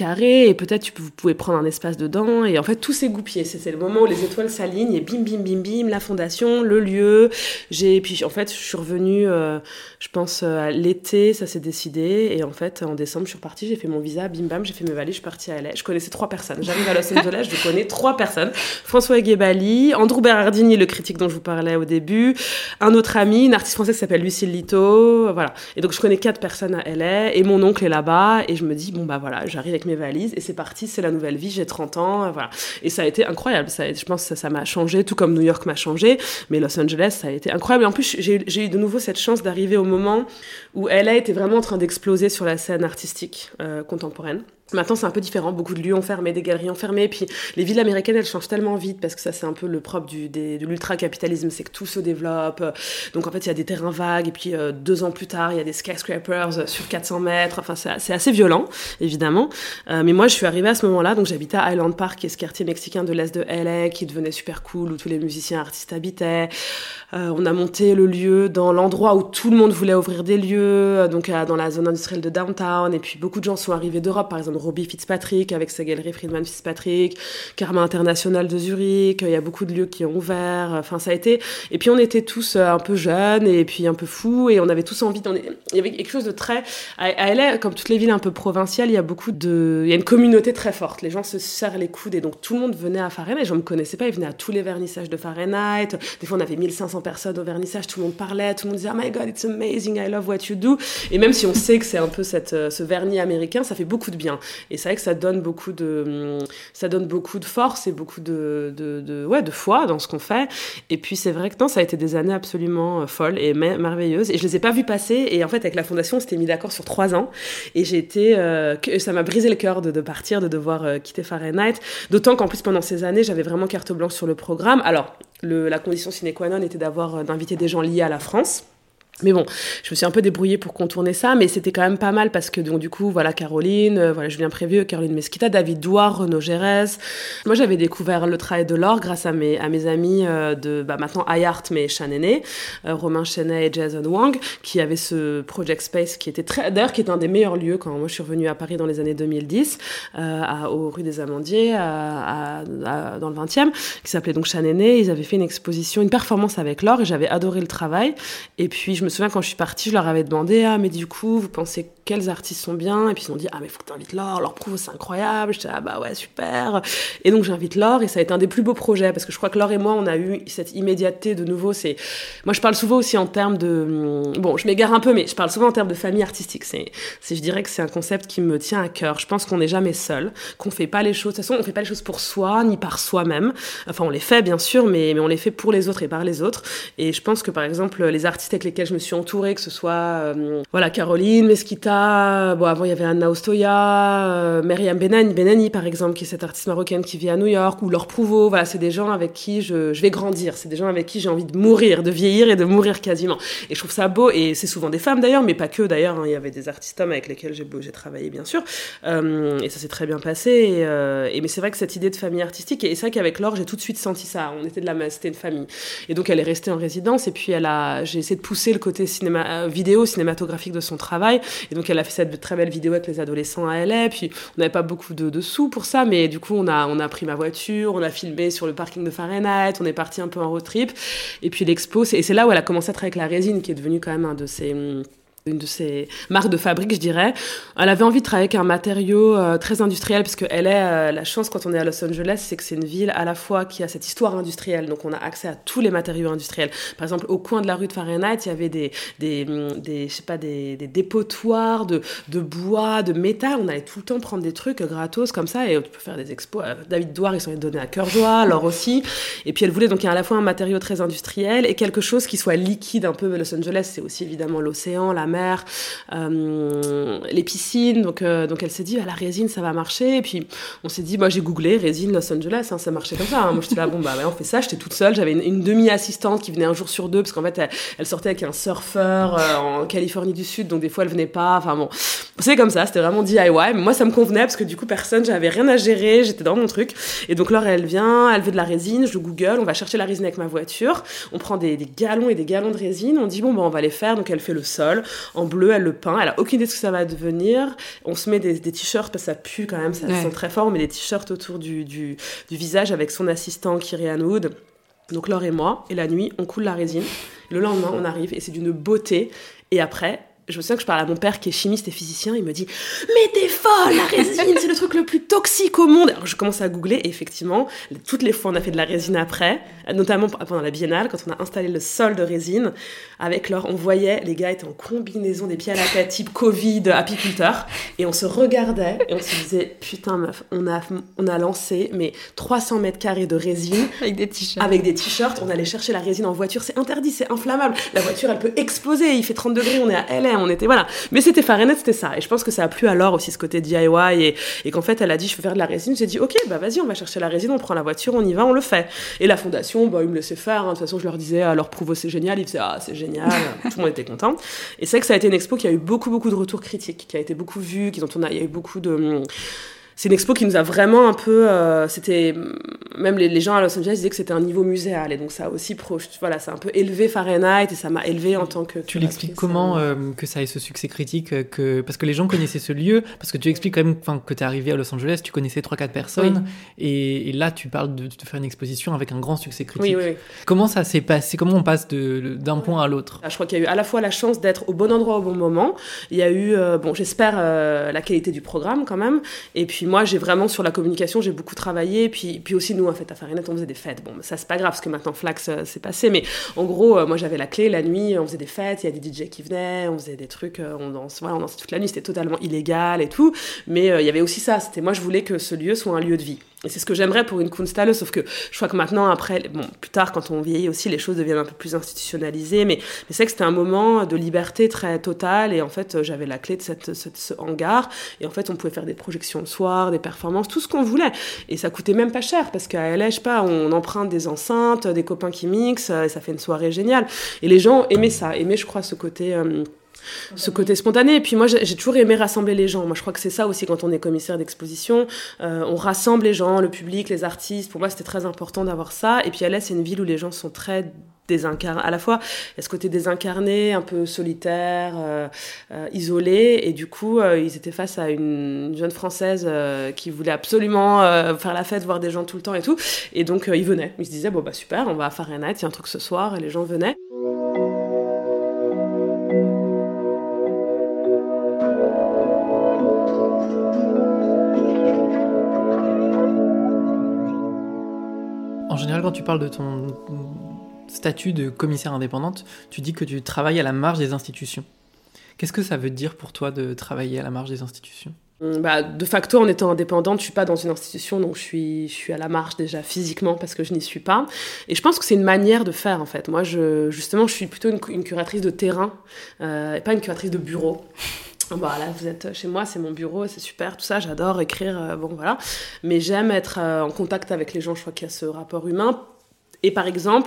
carré et peut-être tu peux, vous pouvez prendre un espace dedans. Et en fait, tout s'est goupillé. C'est, c'est le moment où les étoiles s'alignent et bim, bim, bim, bim, la fondation, le lieu. J'ai, puis en fait, je suis revenue, euh, je pense, à l'été, ça s'est décidé. Et en fait, en décembre, je suis repartie, j'ai fait mon visa, bim, bam, j'ai fait mes valises, je suis partie à L A. Je connaissais trois personnes. J'arrive à Los Angeles, je connais trois personnes. François Guébali, Andrew Berardini, le critique dont je vous parlais au début, un autre ami, une artiste française qui s'appelle Lucille Lito, voilà. Et donc, je connais quatre personnes à L A et mon oncle est là-bas et je me dis, bon, bah voilà, j'arrive avec mes valises et c'est parti, c'est la nouvelle vie, j'ai trente ans, voilà. Et ça a été incroyable, ça, je pense que ça, ça m'a changé, tout comme New York m'a changé, mais Los Angeles, ça a été incroyable. Et en plus, j'ai, j'ai eu de nouveau cette chance d'arriver au moment où L A était vraiment en train d'exploser sur la scène artistique euh, contemporaine. Maintenant, c'est un peu différent. Beaucoup de lieux ont fermé, des galeries ont fermé. Puis les villes américaines, elles changent tellement vite parce que ça, c'est un peu le propre du, des, de l'ultra-capitalisme, c'est que tout se développe. Donc en fait, il y a des terrains vagues et puis euh, deux ans plus tard, il y a des skyscrapers sur quatre cents mètres. Enfin, c'est, c'est assez violent, évidemment. Euh, mais moi, je suis arrivée à ce moment-là. Donc j'habitais à Highland Park, qui est ce quartier mexicain de l'est de L A, qui devenait super cool, où tous les musiciens artistes habitaient. Euh, on a monté le lieu dans l'endroit où tout le monde voulait ouvrir des lieux, donc euh, dans la zone industrielle de downtown. Et puis beaucoup de gens sont arrivés d'Europe, par exemple Robbie Fitzpatrick avec sa galerie Friedman Fitzpatrick, Karma International de Zurich. Il y a beaucoup de lieux qui ont ouvert. Enfin, ça a été. Et puis on était tous un peu jeunes et puis un peu fous et on avait tous envie. D'en... Il y avait quelque chose de très. À L A, comme toutes les villes un peu provinciales, il y a beaucoup de. Il y a une communauté très forte. Les gens se serrent les coudes et donc tout le monde venait à Fahrenheit. Je ne me connaissais pas. Ils venaient à tous les vernissages de Fahrenheit. Des fois, on avait mille cinq cents personnes au vernissage. Tout le monde parlait. Tout le monde disait, oh my God, it's amazing. I love what you do. Et même si on sait que c'est un peu cette, ce vernis américain, ça fait beaucoup de bien. Et c'est vrai que ça donne beaucoup de, ça donne beaucoup de force et beaucoup de, de, de, ouais, de foi dans ce qu'on fait. Et puis c'est vrai que non, ça a été des années absolument folles et merveilleuses. Et je les ai pas vues passer. Et en fait, avec la fondation, on s'était mis d'accord sur trois ans. Et j'ai été, euh, ça m'a brisé le cœur de, de partir, de devoir euh, quitter Fahrenheit. D'autant qu'en plus pendant ces années, j'avais vraiment carte blanche sur le programme. Alors, le, la condition sine qua non était d'avoir, d'inviter des gens liés à la France. Mais bon, je me suis un peu débrouillée pour contourner ça, mais c'était quand même pas mal parce que donc du coup, voilà Caroline, euh, voilà Julien Prévieux, Caroline Mesquita, David Douard, Renaud Gérès. Moi, j'avais découvert le travail de Laure grâce à mes à mes amis euh, de bah maintenant iArt mais Chanéné, euh, Romain Chenet et Jason Wang, qui avaient ce Project Space qui était très, d'ailleurs qui est un des meilleurs lieux quand moi je suis revenue à Paris dans les années deux mille dix, euh, à, aux rues des Amandiers, à, à, à, dans le vingtième, qui s'appelait donc Chanéné. Ils avaient fait une exposition, une performance avec Laure et j'avais adoré le travail. Et puis je me souviens quand je suis partie, je leur avais demandé ah mais du coup vous pensez quels artistes sont bien, et puis ils m'ont dit ah mais faut que t'invites Laure, Laure Prouveau c'est incroyable. J'étais ah bah ouais super. Et donc j'invite Laure et ça a été un des plus beaux projets parce que je crois que Laure et moi on a eu cette immédiateté de nouveau. C'est moi je parle souvent aussi en termes de bon je m'égare un peu mais je parle souvent en termes de famille artistique. C'est c'est je dirais que c'est un concept qui me tient à cœur. Je pense qu'on n'est jamais seul, qu'on fait pas les choses de toute façon on fait pas les choses pour soi ni par soi-même. Enfin on les fait bien sûr mais mais on les fait pour les autres et par les autres. Et je pense que par exemple les artistes avec lesquels je me suis entourée, que ce soit euh, voilà Caroline Mesquita, bon avant il y avait Anna Ostoya, euh, Myriam Benani, Benani par exemple qui est cette artiste marocaine qui vit à New York, ou Laure Prouveau, voilà c'est des gens avec qui je, je vais grandir, c'est des gens avec qui j'ai envie de mourir, de vieillir et de mourir quasiment. Et je trouve ça beau et c'est souvent des femmes d'ailleurs, mais pas que d'ailleurs, hein, il y avait des artistes hommes avec lesquels j'ai, j'ai travaillé bien sûr euh, et ça s'est très bien passé. Et, euh, et mais c'est vrai que cette idée de famille artistique, et c'est vrai qu'avec Laure j'ai tout de suite senti ça, on était de la, c'était une famille. Et donc elle est restée en résidence et puis elle a, j'ai essayé de pousser le côté cinéma, vidéo, cinématographique de son travail. Et donc elle a fait cette très belle vidéo avec les adolescents à L A. Puis on n'avait pas beaucoup de, de sous pour ça, mais du coup on a, on a pris ma voiture, on a filmé sur le parking de Fahrenheit, on est parti un peu en road trip. Et puis l'expo, c'est, et c'est là où elle a commencé à travailler avec la résine, qui est devenue quand même un de ses... une de ses marques de fabrique, je dirais. Elle avait envie de travailler avec un matériau euh, très industriel, parce qu'elle est euh, la chance quand on est à Los Angeles, c'est que c'est une ville à la fois qui a cette histoire industrielle, donc on a accès à tous les matériaux industriels. Par exemple, au coin de la rue de Fahrenheit, il y avait des, des, des je sais pas, des, des dépotoirs de, de bois, de métal. On allait tout le temps prendre des trucs gratos comme ça, et tu peux faire des expos. David Douard, ils sont donnés à cœur joie, Laure aussi. Et puis elle voulait donc il y a à la fois un matériau très industriel et quelque chose qui soit liquide un peu. Los Angeles, c'est aussi évidemment l'océan, la mer, euh, les piscines, donc, euh, donc elle s'est dit, ah, la résine, ça va marcher. Et puis on s'est dit, moi j'ai googlé résine Los Angeles, hein, ça marchait comme ça. Hein. Moi j'étais là, bon bah ouais, on fait ça. J'étais toute seule, j'avais une, une demi-assistante qui venait un jour sur deux, parce qu'en fait elle, elle sortait avec un surfeur euh, en Californie du Sud, donc des fois elle venait pas. Enfin bon, c'est comme ça, c'était vraiment D I Y. Mais moi ça me convenait parce que du coup personne, j'avais rien à gérer, j'étais dans mon truc. Et donc Laure elle vient, elle veut de la résine, je google, on va chercher la résine avec ma voiture, on prend des, des galons et des galons de résine, on dit bon bah on va les faire. Donc elle fait le sol, en bleu, elle le peint, elle a aucune idée de ce que ça va devenir. On se met des, des t-shirts, parce que ça pue quand même, ça ouais. sent très fort, on met des t-shirts autour du, du, du visage avec son assistant Kyrian Wood. Donc Laure et moi, et la nuit, on coule la résine. Le lendemain, on arrive et c'est d'une beauté. Et après, je me souviens que je parle à mon père qui est chimiste et physicien, il me dit « Mais t'es folle, la résine, c'est le truc le plus toxique au monde !» Alors je commence à googler et effectivement, toutes les fois on a fait de la résine après, notamment pendant la biennale, quand on a installé le sol de résine, avec Laure, on voyait, les gars étaient en combinaison des pieds à la tête, type Covid, apiculteur, et on se regardait et on se disait « Putain meuf, on a, on a lancé mais trois cents mètres carrés de résine avec des t-shirts. Avec des t-shirts, on allait chercher la résine en voiture, c'est interdit, c'est inflammable, la voiture elle peut exploser, il fait trente degrés, on est à L A, on était voilà, mais c'était Fahrenheit, c'était ça, et je pense que ça a plu à Laure aussi ce côté D I Y, et, et qu'en fait elle a dit je veux faire de la résine, j'ai dit ok bah vas-y on va chercher la résine, on prend la voiture, on y va, on le fait, et la fondation bah ils me laissaient faire, hein. De toute façon je leur disais alors Prouveau c'est génial, ils faisaient ah c'est génial, tout le monde était content, et c'est vrai que ça a été une expo qui a eu beaucoup beaucoup de retours critiques, qui a été beaucoup vue, qui dont on a, il y a eu beaucoup de c'est une expo qui nous a vraiment un peu euh, c'était même les, les gens à Los Angeles disaient que c'était un niveau muséal, et donc ça a aussi pro, voilà, ça a un peu élevé Fahrenheit, et ça m'a élevé en tant que tu l'expliques comment euh, que ça ait ce succès critique, que parce que les gens connaissaient ce lieu, parce que tu expliques quand même que t'es arrivé à Los Angeles, tu connaissais trois quatre personnes, oui. et, et là tu parles de, de faire une exposition avec un grand succès critique. Oui, oui, oui. Comment ça s'est passé, comment on passe de, d'un point à l'autre? Je crois qu'il y a eu à la fois la chance d'être au bon endroit au bon moment, il y a eu euh, bon j'espère euh, la qualité du programme quand même, et puis moi j'ai vraiment sur la communication j'ai beaucoup travaillé, puis puis aussi nous en fait à Fahrenheit on faisait des fêtes, bon ça c'est pas grave parce que maintenant Flax euh, c'est passé, mais en gros euh, moi j'avais la clé, la nuit on faisait des fêtes, il y a des D J qui venaient, on faisait des trucs, euh, on danse, voilà, on dansait toute la nuit, c'était totalement illégal et tout, mais euh, il y avait aussi ça, c'était moi je voulais que ce lieu soit un lieu de vie. Et c'est ce que j'aimerais pour une Kunsthalle, sauf que je crois que maintenant, après, bon, plus tard, quand on vieillit aussi, les choses deviennent un peu plus institutionnalisées, mais, mais c'est vrai que c'était un moment de liberté très totale, et en fait, j'avais la clé de cette, cette, ce hangar, et en fait, on pouvait faire des projections le soir, des performances, tout ce qu'on voulait. Et ça coûtait même pas cher, parce qu'à L A, je sais pas, on emprunte des enceintes, des copains qui mixent, et ça fait une soirée géniale. Et les gens aimaient ça, aimaient, je crois, ce côté... Euh, ce côté spontané, et puis moi j'ai, j'ai toujours aimé rassembler les gens, moi je crois que c'est ça aussi quand on est commissaire d'exposition, euh, on rassemble les gens, le public, les artistes, pour moi c'était très important d'avoir ça, et puis L A c'est une ville où les gens sont très désincarnés, à la fois il y a ce côté désincarné, un peu solitaire, euh, euh, isolé, et du coup euh, ils étaient face à une, une jeune française euh, qui voulait absolument euh, faire la fête, voir des gens tout le temps et tout, et donc euh, ils venaient, ils se disaient bon bah super, on va à Fahrenheit, il y a un truc ce soir, et les gens venaient. En général, quand tu parles de ton statut de commissaire indépendante, tu dis que tu travailles à la marge des institutions. Qu'est-ce que ça veut dire pour toi de travailler à la marge des institutions ? Bah, de facto, en étant indépendante, je suis pas dans une institution, donc je suis, je suis à la marge déjà physiquement parce que je n'y suis pas. Et je pense que c'est une manière de faire, en fait. Moi, je, justement, je suis plutôt une, une curatrice de terrain, euh, et pas une curatrice de bureau. Bon, là, vous êtes chez moi, c'est mon bureau, c'est super, tout ça, j'adore écrire, euh, bon, voilà. Mais j'aime être euh, en contact avec les gens, je crois qu'il y a ce rapport humain. Et par exemple...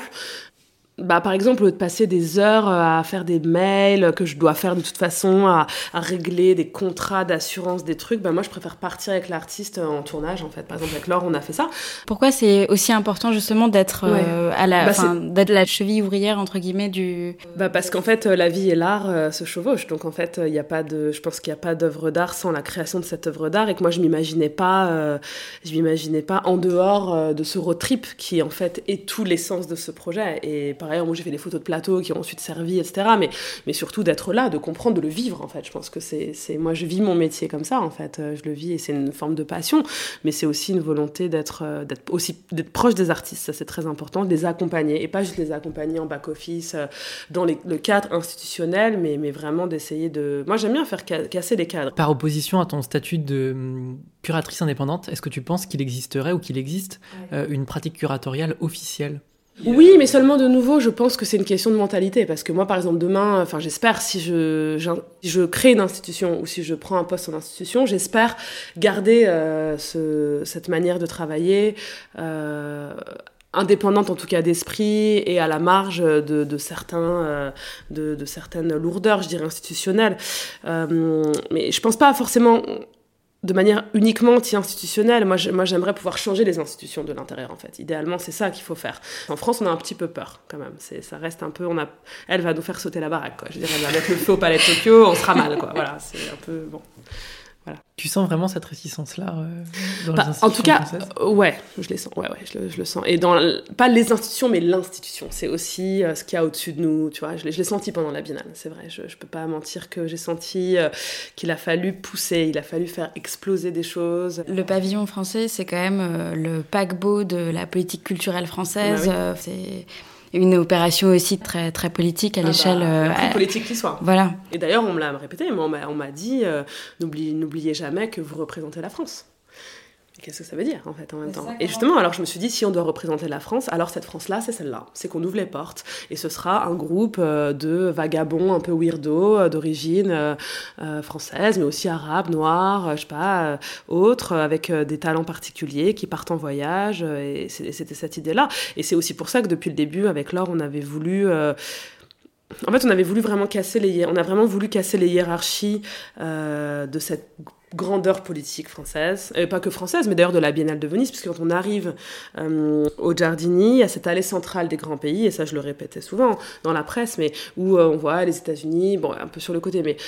Bah, par exemple, de passer des heures à faire des mails que je dois faire de toute façon, à, à régler des contrats d'assurance, des trucs, bah, moi, je préfère partir avec l'artiste en tournage, en fait. Par exemple, avec Laure, on a fait ça. Pourquoi c'est aussi important, justement, d'être, ouais. euh, à la, bah, d'être la cheville ouvrière, entre guillemets, du... Bah, parce qu'en fait, la vie et l'art euh, se chevauchent. Donc, en fait, il y a pas de, je pense qu'il n'y a pas d'œuvre d'art sans la création de cette œuvre d'art, et que moi, je m'imaginais pas, euh, je m'imaginais pas en dehors euh, de ce road trip qui, en fait, est tout l'essence de ce projet. Et par ailleurs, moi, j'ai fait des photos de plateau qui ont ensuite servi, et cetera. Mais, mais surtout d'être là, de comprendre, de le vivre, en fait. Je pense que c'est, c'est... Moi, je vis mon métier comme ça, en fait. Je le vis et c'est une forme de passion. Mais c'est aussi une volonté d'être, d'être, aussi, d'être proche des artistes. Ça, c'est très important. De les accompagner. Et pas juste les accompagner en back-office, dans les, le cadre institutionnel, mais, mais vraiment d'essayer de... Moi, j'aime bien faire ca- casser les cadres. Par opposition à ton statut de curatrice indépendante, est-ce que tu penses qu'il existerait ou qu'il existe ouais. euh, une pratique curatoriale officielle ? Oui, mais seulement de nouveau, je pense que c'est une question de mentalité. Parce que moi, par exemple, demain, enfin, j'espère, si je, je, je crée une institution ou si je prends un poste en institution, j'espère garder euh, ce, cette manière de travailler euh, indépendante, en tout cas d'esprit, et à la marge de, de, certains, euh, de, de certaines lourdeurs, je dirais, institutionnelles. Euh, mais je pense pas forcément... de manière uniquement anti-institutionnelle. Moi, je, moi, j'aimerais pouvoir changer les institutions de l'intérieur, en fait. Idéalement, c'est ça qu'il faut faire. En France, on a un petit peu peur, quand même. C'est, ça reste un peu... On a, elle va nous faire sauter la baraque, quoi. Je veux dire, elle va mettre le feu au palais de Tokyo, on sera mal, quoi. Voilà, c'est un peu... Bon... Voilà. Tu sens vraiment cette réticence-là euh, dans bah, les institutions en tout cas, françaises ? euh, ouais, je les sens. Ouais, ouais, je le, je le sens. Et dans pas les institutions, mais l'institution. C'est aussi euh, ce qu'il y a au-dessus de nous. Tu vois, je l'ai, je l'ai senti pendant la Biennale. C'est vrai. Je, je peux pas mentir que j'ai senti euh, qu'il a fallu pousser, il a fallu faire exploser des choses. Le pavillon français, c'est quand même euh, le paquebot de la politique culturelle française. Bah oui. euh, c'est une opération aussi très, très politique à ah l'échelle... Bah, euh, la plus politique qui soit. Voilà. Et d'ailleurs, on me l'a répété, mais on m'a, on m'a dit euh, n'oubliez, n'oubliez jamais que vous représentez la France. Et qu'est-ce que ça veut dire, en fait, en même c'est temps. Et justement, alors je me suis dit, si on doit représenter la France, alors cette France-là, c'est celle-là. C'est qu'on ouvre les portes, et ce sera un groupe euh, de vagabonds un peu weirdo, euh, d'origine euh, euh, française, mais aussi arabe, noire, euh, je sais pas, euh, autres, euh, avec euh, des talents particuliers, qui partent en voyage, euh, et, c'est, et c'était cette idée-là. Et c'est aussi pour ça que depuis le début, avec Laure, on avait voulu... Euh, en fait, on avait voulu vraiment casser les... On a vraiment voulu casser les hiérarchies euh, de cette... grandeur politique française, et pas que française, mais d'ailleurs de la Biennale de Venise, puisque quand on arrive euh, au Giardini, à cette allée centrale des grands pays, et ça je le répétais souvent dans la presse, mais où euh, on voit les États-Unis, bon un peu sur le côté, mais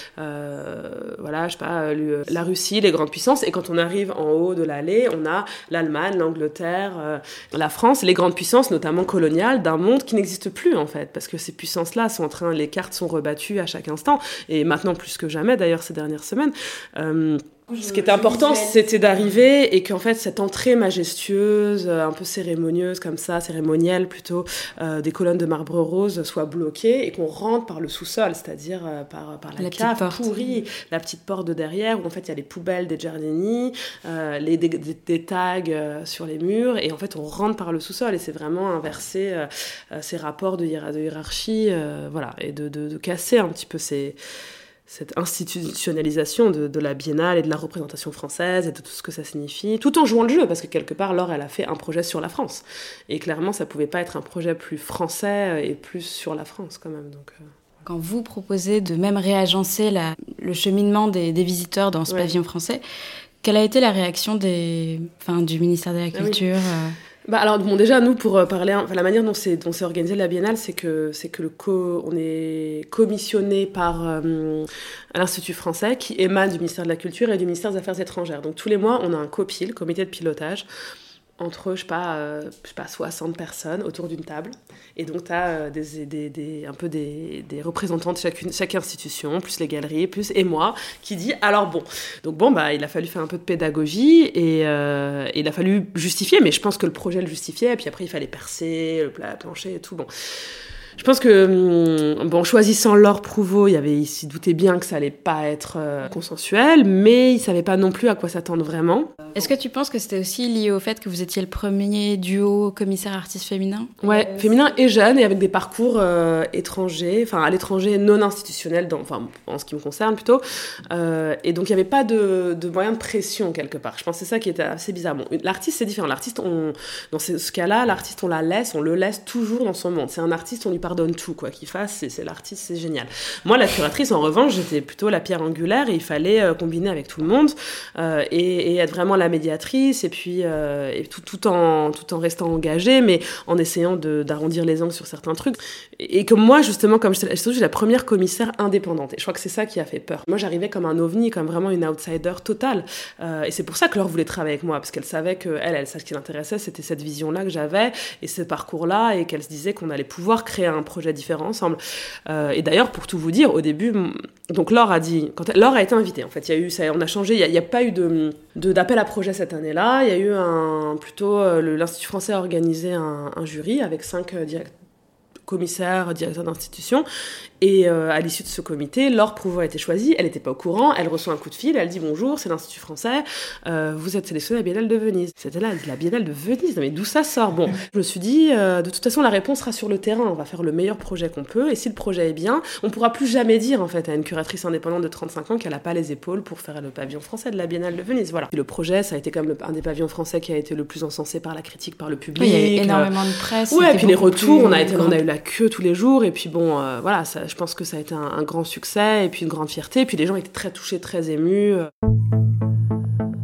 euh, voilà, je sais pas, le, la Russie, les grandes puissances, et quand on arrive en haut de l'allée, on a l'Allemagne, l'Angleterre, euh, la France, les grandes puissances, notamment coloniales, d'un monde qui n'existe plus en fait, parce que ces puissances-là sont en train, les cartes sont rebattues à chaque instant, et maintenant plus que jamais d'ailleurs ces dernières semaines. Euh, Ce qui était important, c'était d'arriver et qu'en fait, cette entrée majestueuse, un peu cérémonieuse comme ça, cérémonielle plutôt, euh, des colonnes de marbre rose soit bloquée et qu'on rentre par le sous-sol, c'est-à-dire euh, par, par la, la cave pourrie, la petite porte de derrière où en fait il y a les poubelles des Giardini, euh, les, des, des, des tags euh, sur les murs et en fait on rentre par le sous-sol et c'est vraiment inverser euh, euh, ces rapports de, hiér- de hiérarchie, euh, voilà, et de, de, de casser un petit peu ces... cette institutionnalisation de, de la Biennale et de la représentation française et de tout ce que ça signifie, tout en jouant le jeu, parce que quelque part, Laure, elle a fait un projet sur la France. Et clairement, ça pouvait pas être un projet plus français et plus sur la France, quand même. Donc, euh... Quand vous proposez de même réagencer la, le cheminement des, des visiteurs dans ce ouais. pavillon français, quelle a été la réaction des, enfin, du ministère de la Culture ah oui. euh... Bah alors bon déjà nous pour parler enfin la manière dont c'est dont c'est organisé la Biennale c'est que c'est que le co on est commissionné par euh, l'Institut français qui émane du ministère de la Culture et du ministère des Affaires étrangères. Donc tous les mois on a un copil, comité de pilotage entre je sais pas euh, je sais pas soixante personnes autour d'une table et donc tu as euh, des, des des un peu des des représentants de chacune chaque institution plus les galeries plus et moi qui dit alors bon donc bon bah il a fallu faire un peu de pédagogie et, euh, et il a fallu justifier mais je pense que le projet le justifiait et puis après il fallait percer le pla- plancher et tout bon. Je pense que, bon, choisissant Laure Prouveau, il, y avait, il s'y doutait bien que ça allait pas être euh, consensuel, mais il savait pas non plus à quoi s'attendre vraiment. Est-ce que tu penses que c'était aussi lié au fait que vous étiez le premier duo commissaire-artiste féminin ? Ouais, euh, féminin et jeune, et avec des parcours euh, étrangers, enfin à l'étranger non institutionnels, dans, enfin en ce qui me concerne plutôt. Euh, et donc il y avait pas de, de moyen de pression quelque part. Je pense que c'est ça qui était assez bizarre. Bon, l'artiste c'est différent. L'artiste, on, dans ce, ce cas-là, l'artiste on la laisse, on le laisse toujours dans son monde. C'est un artiste, on lui pardonne tout, quoi qu'il fasse, c'est, c'est l'artiste, c'est génial. Moi, la curatrice, en revanche, j'étais plutôt la pierre angulaire et il fallait euh, combiner avec tout le monde euh, et, et être vraiment la médiatrice et puis euh, et tout, tout, en, tout en restant engagée, mais en essayant de, d'arrondir les angles sur certains trucs. Et, et comme moi, justement, comme je suis la première commissaire indépendante, et je crois que c'est ça qui a fait peur. Moi, j'arrivais comme un ovni, comme vraiment une outsider totale. Euh, et c'est pour ça que Laure voulait travailler avec moi, parce qu'elle savait que elle, elle, ça, ce qui l'intéressait, c'était cette vision-là que j'avais et ce parcours-là, et qu'elle se disait qu'on allait pouvoir créer un projet différents ensemble. Euh, et d'ailleurs, pour tout vous dire, au début, donc Laure a dit, quand elle, Laure a été invitée, en fait, il y a eu, ça, on a changé, il n'y a, a pas eu de, de, d'appel à projet cette année-là, il y a eu un, plutôt, euh, le, l'Institut français a organisé un, un jury avec cinq euh, directeurs, commissaire, directeur d'institution, et euh, à l'issue de ce comité, Laure Prouveau a été choisie, elle n'était pas au courant, elle reçoit un coup de fil, elle dit bonjour, c'est l'Institut français, euh, vous êtes sélectionnée à la Biennale de Venise. C'était là, la Biennale de Venise, non mais d'où ça sort ? Bon, je me suis dit, euh, de toute façon, la réponse sera sur le terrain, on va faire le meilleur projet qu'on peut, et si le projet est bien, on pourra plus jamais dire, en fait, à une curatrice indépendante de trente-cinq ans qu'elle n'a pas les épaules pour faire le pavillon français de la Biennale de Venise, voilà. Puis le projet, ça a été comme le, un des pavillons français qui a été le plus encensé par la critique, par le public. Oui, il y a eu énormément de presse. Ouais, et puis les retours, on a, été, on a eu la queue tous les jours, et puis bon, euh, voilà, ça, je pense que ça a été un, un grand succès, et puis une grande fierté, et puis les gens étaient très touchés, très émus.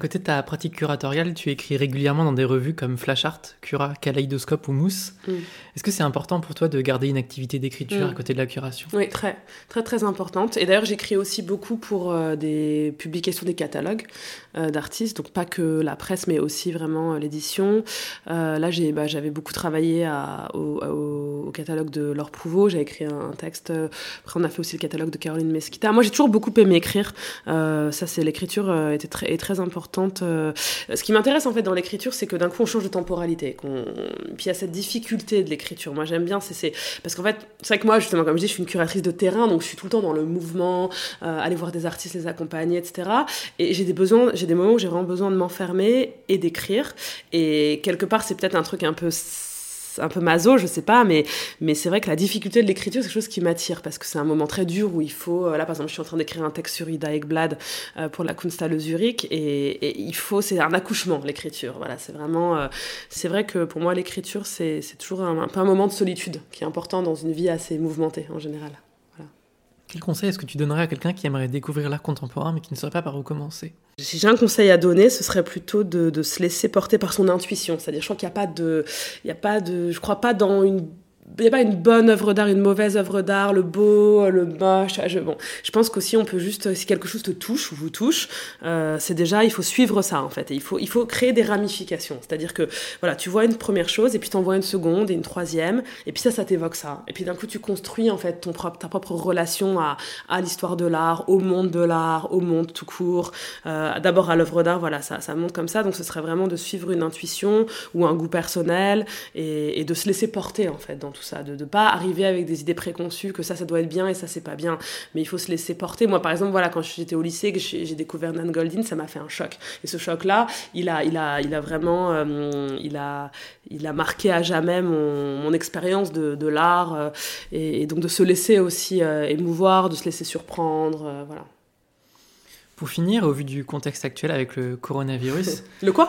côté de ta pratique curatoriale, tu écris régulièrement dans des revues comme Flash Art, Cura, Kaleidoscope ou Mousse. Mm. Est-ce que c'est important pour toi de garder une activité d'écriture mm. à côté de la curation ? Oui, très, très, très importante. Et d'ailleurs, j'écris aussi beaucoup pour euh, des publications des catalogues euh, d'artistes, donc pas que la presse, mais aussi vraiment euh, l'édition. Euh, là, j'ai, bah, j'avais beaucoup travaillé à, au, au, au catalogue de Laure Prouveau. J'ai écrit un, un texte. Après, on a fait aussi le catalogue de Caroline Mesquita. Moi, j'ai toujours beaucoup aimé écrire. Euh, ça, c'est l'écriture euh, était très, est très importante. Euh, ce qui m'intéresse en fait dans l'écriture, c'est que d'un coup, on change de temporalité. Qu'on... Puis il y a cette difficulté de l'écriture. Moi, j'aime bien, c'est, c'est... parce qu'en fait, c'est vrai que moi, justement, comme je dis, je suis une curatrice de terrain, donc je suis tout le temps dans le mouvement, euh, aller voir des artistes, les accompagner, et cetera. Et j'ai des besoins, j'ai des moments où j'ai vraiment besoin de m'enfermer et d'écrire. Et quelque part, c'est peut-être un truc un peu un peu maso, je sais pas, mais, mais c'est vrai que la difficulté de l'écriture, c'est quelque chose qui m'attire, parce que c'est un moment très dur où il faut, là par exemple, je suis en train d'écrire un texte sur Ida Ekblad euh, pour la Kunsthalle Zurich, et, et il faut, c'est un accouchement, l'écriture, voilà, c'est vraiment, euh, c'est vrai que pour moi, l'écriture, c'est, c'est toujours un, un peu un moment de solitude, qui est important dans une vie assez mouvementée, en général. Voilà. Quel conseil est-ce que tu donnerais à quelqu'un qui aimerait découvrir l'art contemporain, mais qui ne saurait pas par où commencer ? Si j'ai un conseil à donner, ce serait plutôt de, de se laisser porter par son intuition. C'est-à-dire, je crois qu'il n'y a pas de, il y a pas de, je crois pas dans une, il n'y a pas une bonne œuvre d'art, une mauvaise œuvre d'art, le beau, le moche. Je, bon, je pense qu'aussi on peut juste, si quelque chose te touche ou vous touche, euh, c'est déjà, il faut suivre ça en fait. Et il faut, il faut créer des ramifications. C'est-à-dire que voilà, tu vois une première chose et puis t'en vois une seconde et une troisième et puis ça, ça t'évoque ça. Et puis d'un coup, tu construis en fait ton propre, ta propre relation à, à l'histoire de l'art, au monde de l'art, au monde tout court. Euh, d'abord à l'œuvre d'art, voilà, ça, ça monte comme ça. Donc ce serait vraiment de suivre une intuition ou un goût personnel et, et de se laisser porter en fait dans tout ça, de ne pas arriver avec des idées préconçues que ça, ça doit être bien et ça, c'est pas bien. Mais il faut se laisser porter. Moi, par exemple, voilà, quand j'étais au lycée, que j'ai, j'ai découvert Nan Goldin, ça m'a fait un choc. Et ce choc-là, il a, il a, il a vraiment, euh, il a, il a marqué à jamais mon, mon expérience de, de l'art euh, et, et donc de se laisser aussi euh, émouvoir, de se laisser surprendre, euh, voilà. Pour finir, au vu du contexte actuel avec le coronavirus... Le quoi ?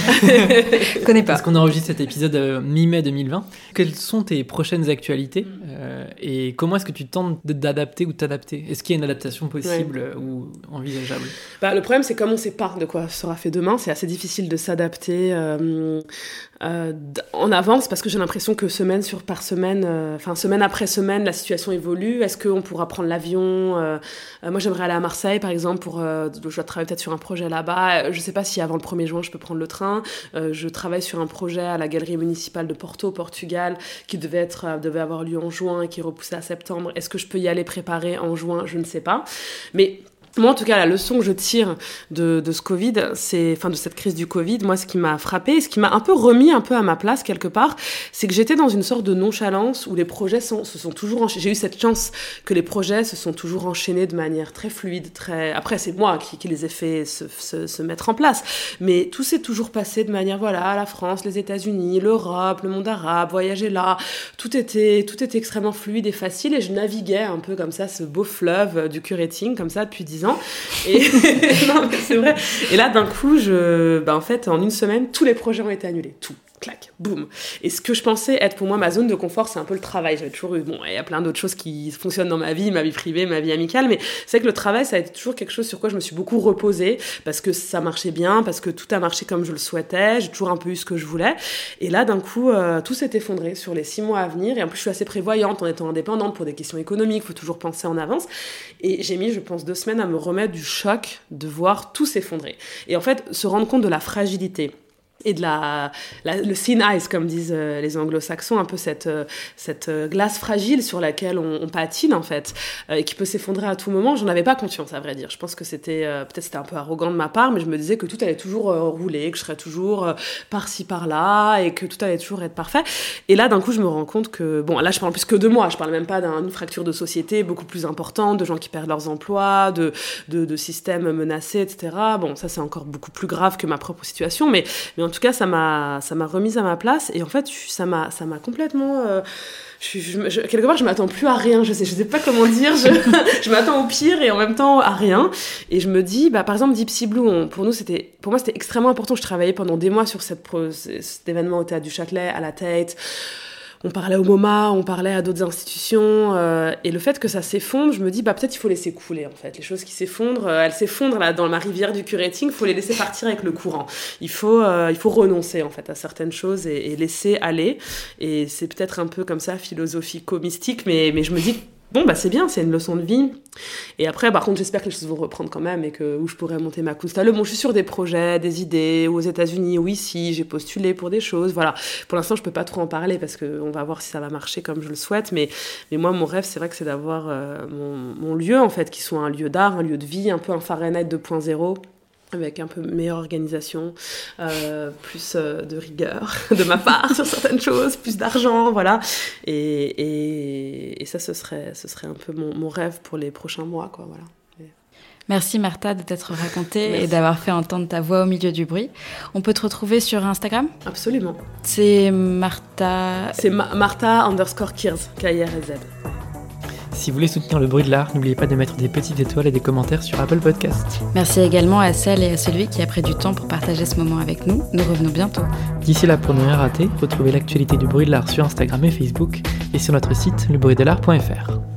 Je connais pas. Parce qu'on enregistre cet épisode euh, mi-mai deux mille vingt. Quelles sont tes prochaines actualités euh, et comment est-ce que tu tentes d'adapter ou de t'adapter ? Est-ce qu'il y a une adaptation possible ouais. ou envisageable ? Bah, le problème, c'est comme on ne sait pas de quoi sera fait demain, c'est assez difficile de s'adapter euh, euh, en avance parce que j'ai l'impression que semaine sur par semaine, enfin euh, semaine après semaine, la situation évolue. Est-ce qu'on pourra prendre l'avion ? euh, Moi, j'aimerais aller à Marseille, par exemple, pour... Euh, je dois travailler peut-être sur un projet là-bas. Je ne sais pas si avant le premier juin, je peux prendre le train. Euh, je travaille sur un projet à la Galerie municipale de Porto, au Portugal, qui devait, être, devait avoir lieu en juin et qui est repoussé à septembre. Est-ce que je peux y aller préparer en juin ? Je ne sais pas. Mais... Moi, en tout cas, la leçon que je tire de, de ce Covid, c'est, enfin, de cette crise du Covid, moi, ce qui m'a frappée, ce qui m'a un peu remis un peu à ma place, quelque part, c'est que j'étais dans une sorte de nonchalance où les projets sont, se sont toujours enchaînés. J'ai eu cette chance que les projets se sont toujours enchaînés de manière très fluide, très, après, c'est moi qui, qui les ai fait se, se, se mettre en place. Mais tout s'est toujours passé de manière, voilà, la France, les États-Unis, l'Europe, le monde arabe, voyager là. Tout était, tout était extrêmement fluide et facile et je naviguais un peu comme ça, ce beau fleuve du curating, comme ça, depuis dix ans. Et non, mais c'est vrai. Et là, d'un coup, je, ben, en fait, en une semaine, tous les projets ont été annulés. Tout. Clac, boum. Et ce que je pensais être pour moi ma zone de confort, c'est un peu le travail. J'avais toujours eu, bon, il y a plein d'autres choses qui fonctionnent dans ma vie, ma vie privée, ma vie amicale, mais c'est vrai que le travail, ça a été toujours quelque chose sur quoi je me suis beaucoup reposée, parce que ça marchait bien, parce que tout a marché comme je le souhaitais, j'ai toujours un peu eu ce que je voulais. Et là, d'un coup, euh, tout s'est effondré sur les six mois à venir. Et en plus, je suis assez prévoyante en étant indépendante pour des questions économiques, il faut toujours penser en avance. Et j'ai mis, je pense, deux semaines à me remettre du choc de voir tout s'effondrer. Et en fait, se rendre compte de la fragilité et de la, la le thin ice, comme disent euh, les anglo-saxons, un peu cette, euh, cette euh, glace fragile sur laquelle on, on patine, en fait, euh, et qui peut s'effondrer à tout moment. J'en avais pas conscience, à vrai dire. Je pense que c'était, euh, peut-être c'était un peu arrogant de ma part, mais je me disais que tout allait toujours euh, rouler, que je serais toujours euh, par-ci, par-là, et que tout allait toujours être parfait. Et là, d'un coup, je me rends compte que, bon, là, je parle plus que de moi, je parle même pas d'une fracture de société beaucoup plus importante, de gens qui perdent leurs emplois, de, de, de systèmes menacés, et cetera. Bon, ça, c'est encore beaucoup plus grave que ma propre situation, mais, mais en En tout cas, ça m'a, ça m'a remise à ma place. Et en fait, ça m'a, ça m'a complètement... Euh, je, je, je, quelque part, je m'attends plus à rien. Je sais, je sais pas comment dire. Je, je m'attends au pire et en même temps à rien. Et je me dis, bah, par exemple, Gypsy Blue, on, pour nous, c'était, pour moi, c'était extrêmement important. Je travaillais pendant des mois sur cette, cet événement au Théâtre du Châtelet, à la Tate. on parlait au MoMA, on parlait à d'autres institutions, euh, et le fait que ça s'effondre, je me dis, bah, peut-être il faut laisser couler, en fait. Les choses qui s'effondrent, euh, elles s'effondrent là, dans ma rivière du curating, il faut les laisser partir avec le courant. Il faut, euh, il faut renoncer, en fait, à certaines choses et, et laisser aller. Et c'est peut-être un peu comme ça, philosophico-mystique, mais, mais je me dis, bon, bah, c'est bien, c'est une leçon de vie. Et après, par contre, j'espère que les choses vont reprendre quand même et que où je pourrais monter ma Kunsthalle. Bon, je suis sur des projets, des idées, aux États-Unis ou ici, j'ai postulé pour des choses. Voilà. Pour l'instant, je peux pas trop en parler parce qu'on va voir si ça va marcher comme je le souhaite. Mais, mais moi, mon rêve, c'est vrai que c'est d'avoir euh, mon, mon lieu, en fait, qui soit un lieu d'art, un lieu de vie, un peu un Fahrenheit deux point zéro. Avec un peu meilleure organisation, euh, plus euh, de rigueur de ma part sur certaines choses, plus d'argent, voilà. Et, et, et ça, ce serait, ce serait un peu mon, mon rêve pour les prochains mois, quoi, voilà. Et... Merci Martha de t'être racontée Merci. Et d'avoir fait entendre ta voix au milieu du bruit. On peut te retrouver sur Instagram ? Absolument. C'est Martha... C'est Ma- Martha underscore Kirs, K I R Z. Si vous voulez soutenir le bruit de l'art, n'oubliez pas de mettre des petites étoiles et des commentaires sur Apple Podcast. Merci également à celle et à celui qui a pris du temps pour partager ce moment avec nous. Nous revenons bientôt. D'ici là, pour ne rien rater, retrouvez l'actualité du bruit de l'art sur Instagram et Facebook et sur notre site le bruit de l'art point f r.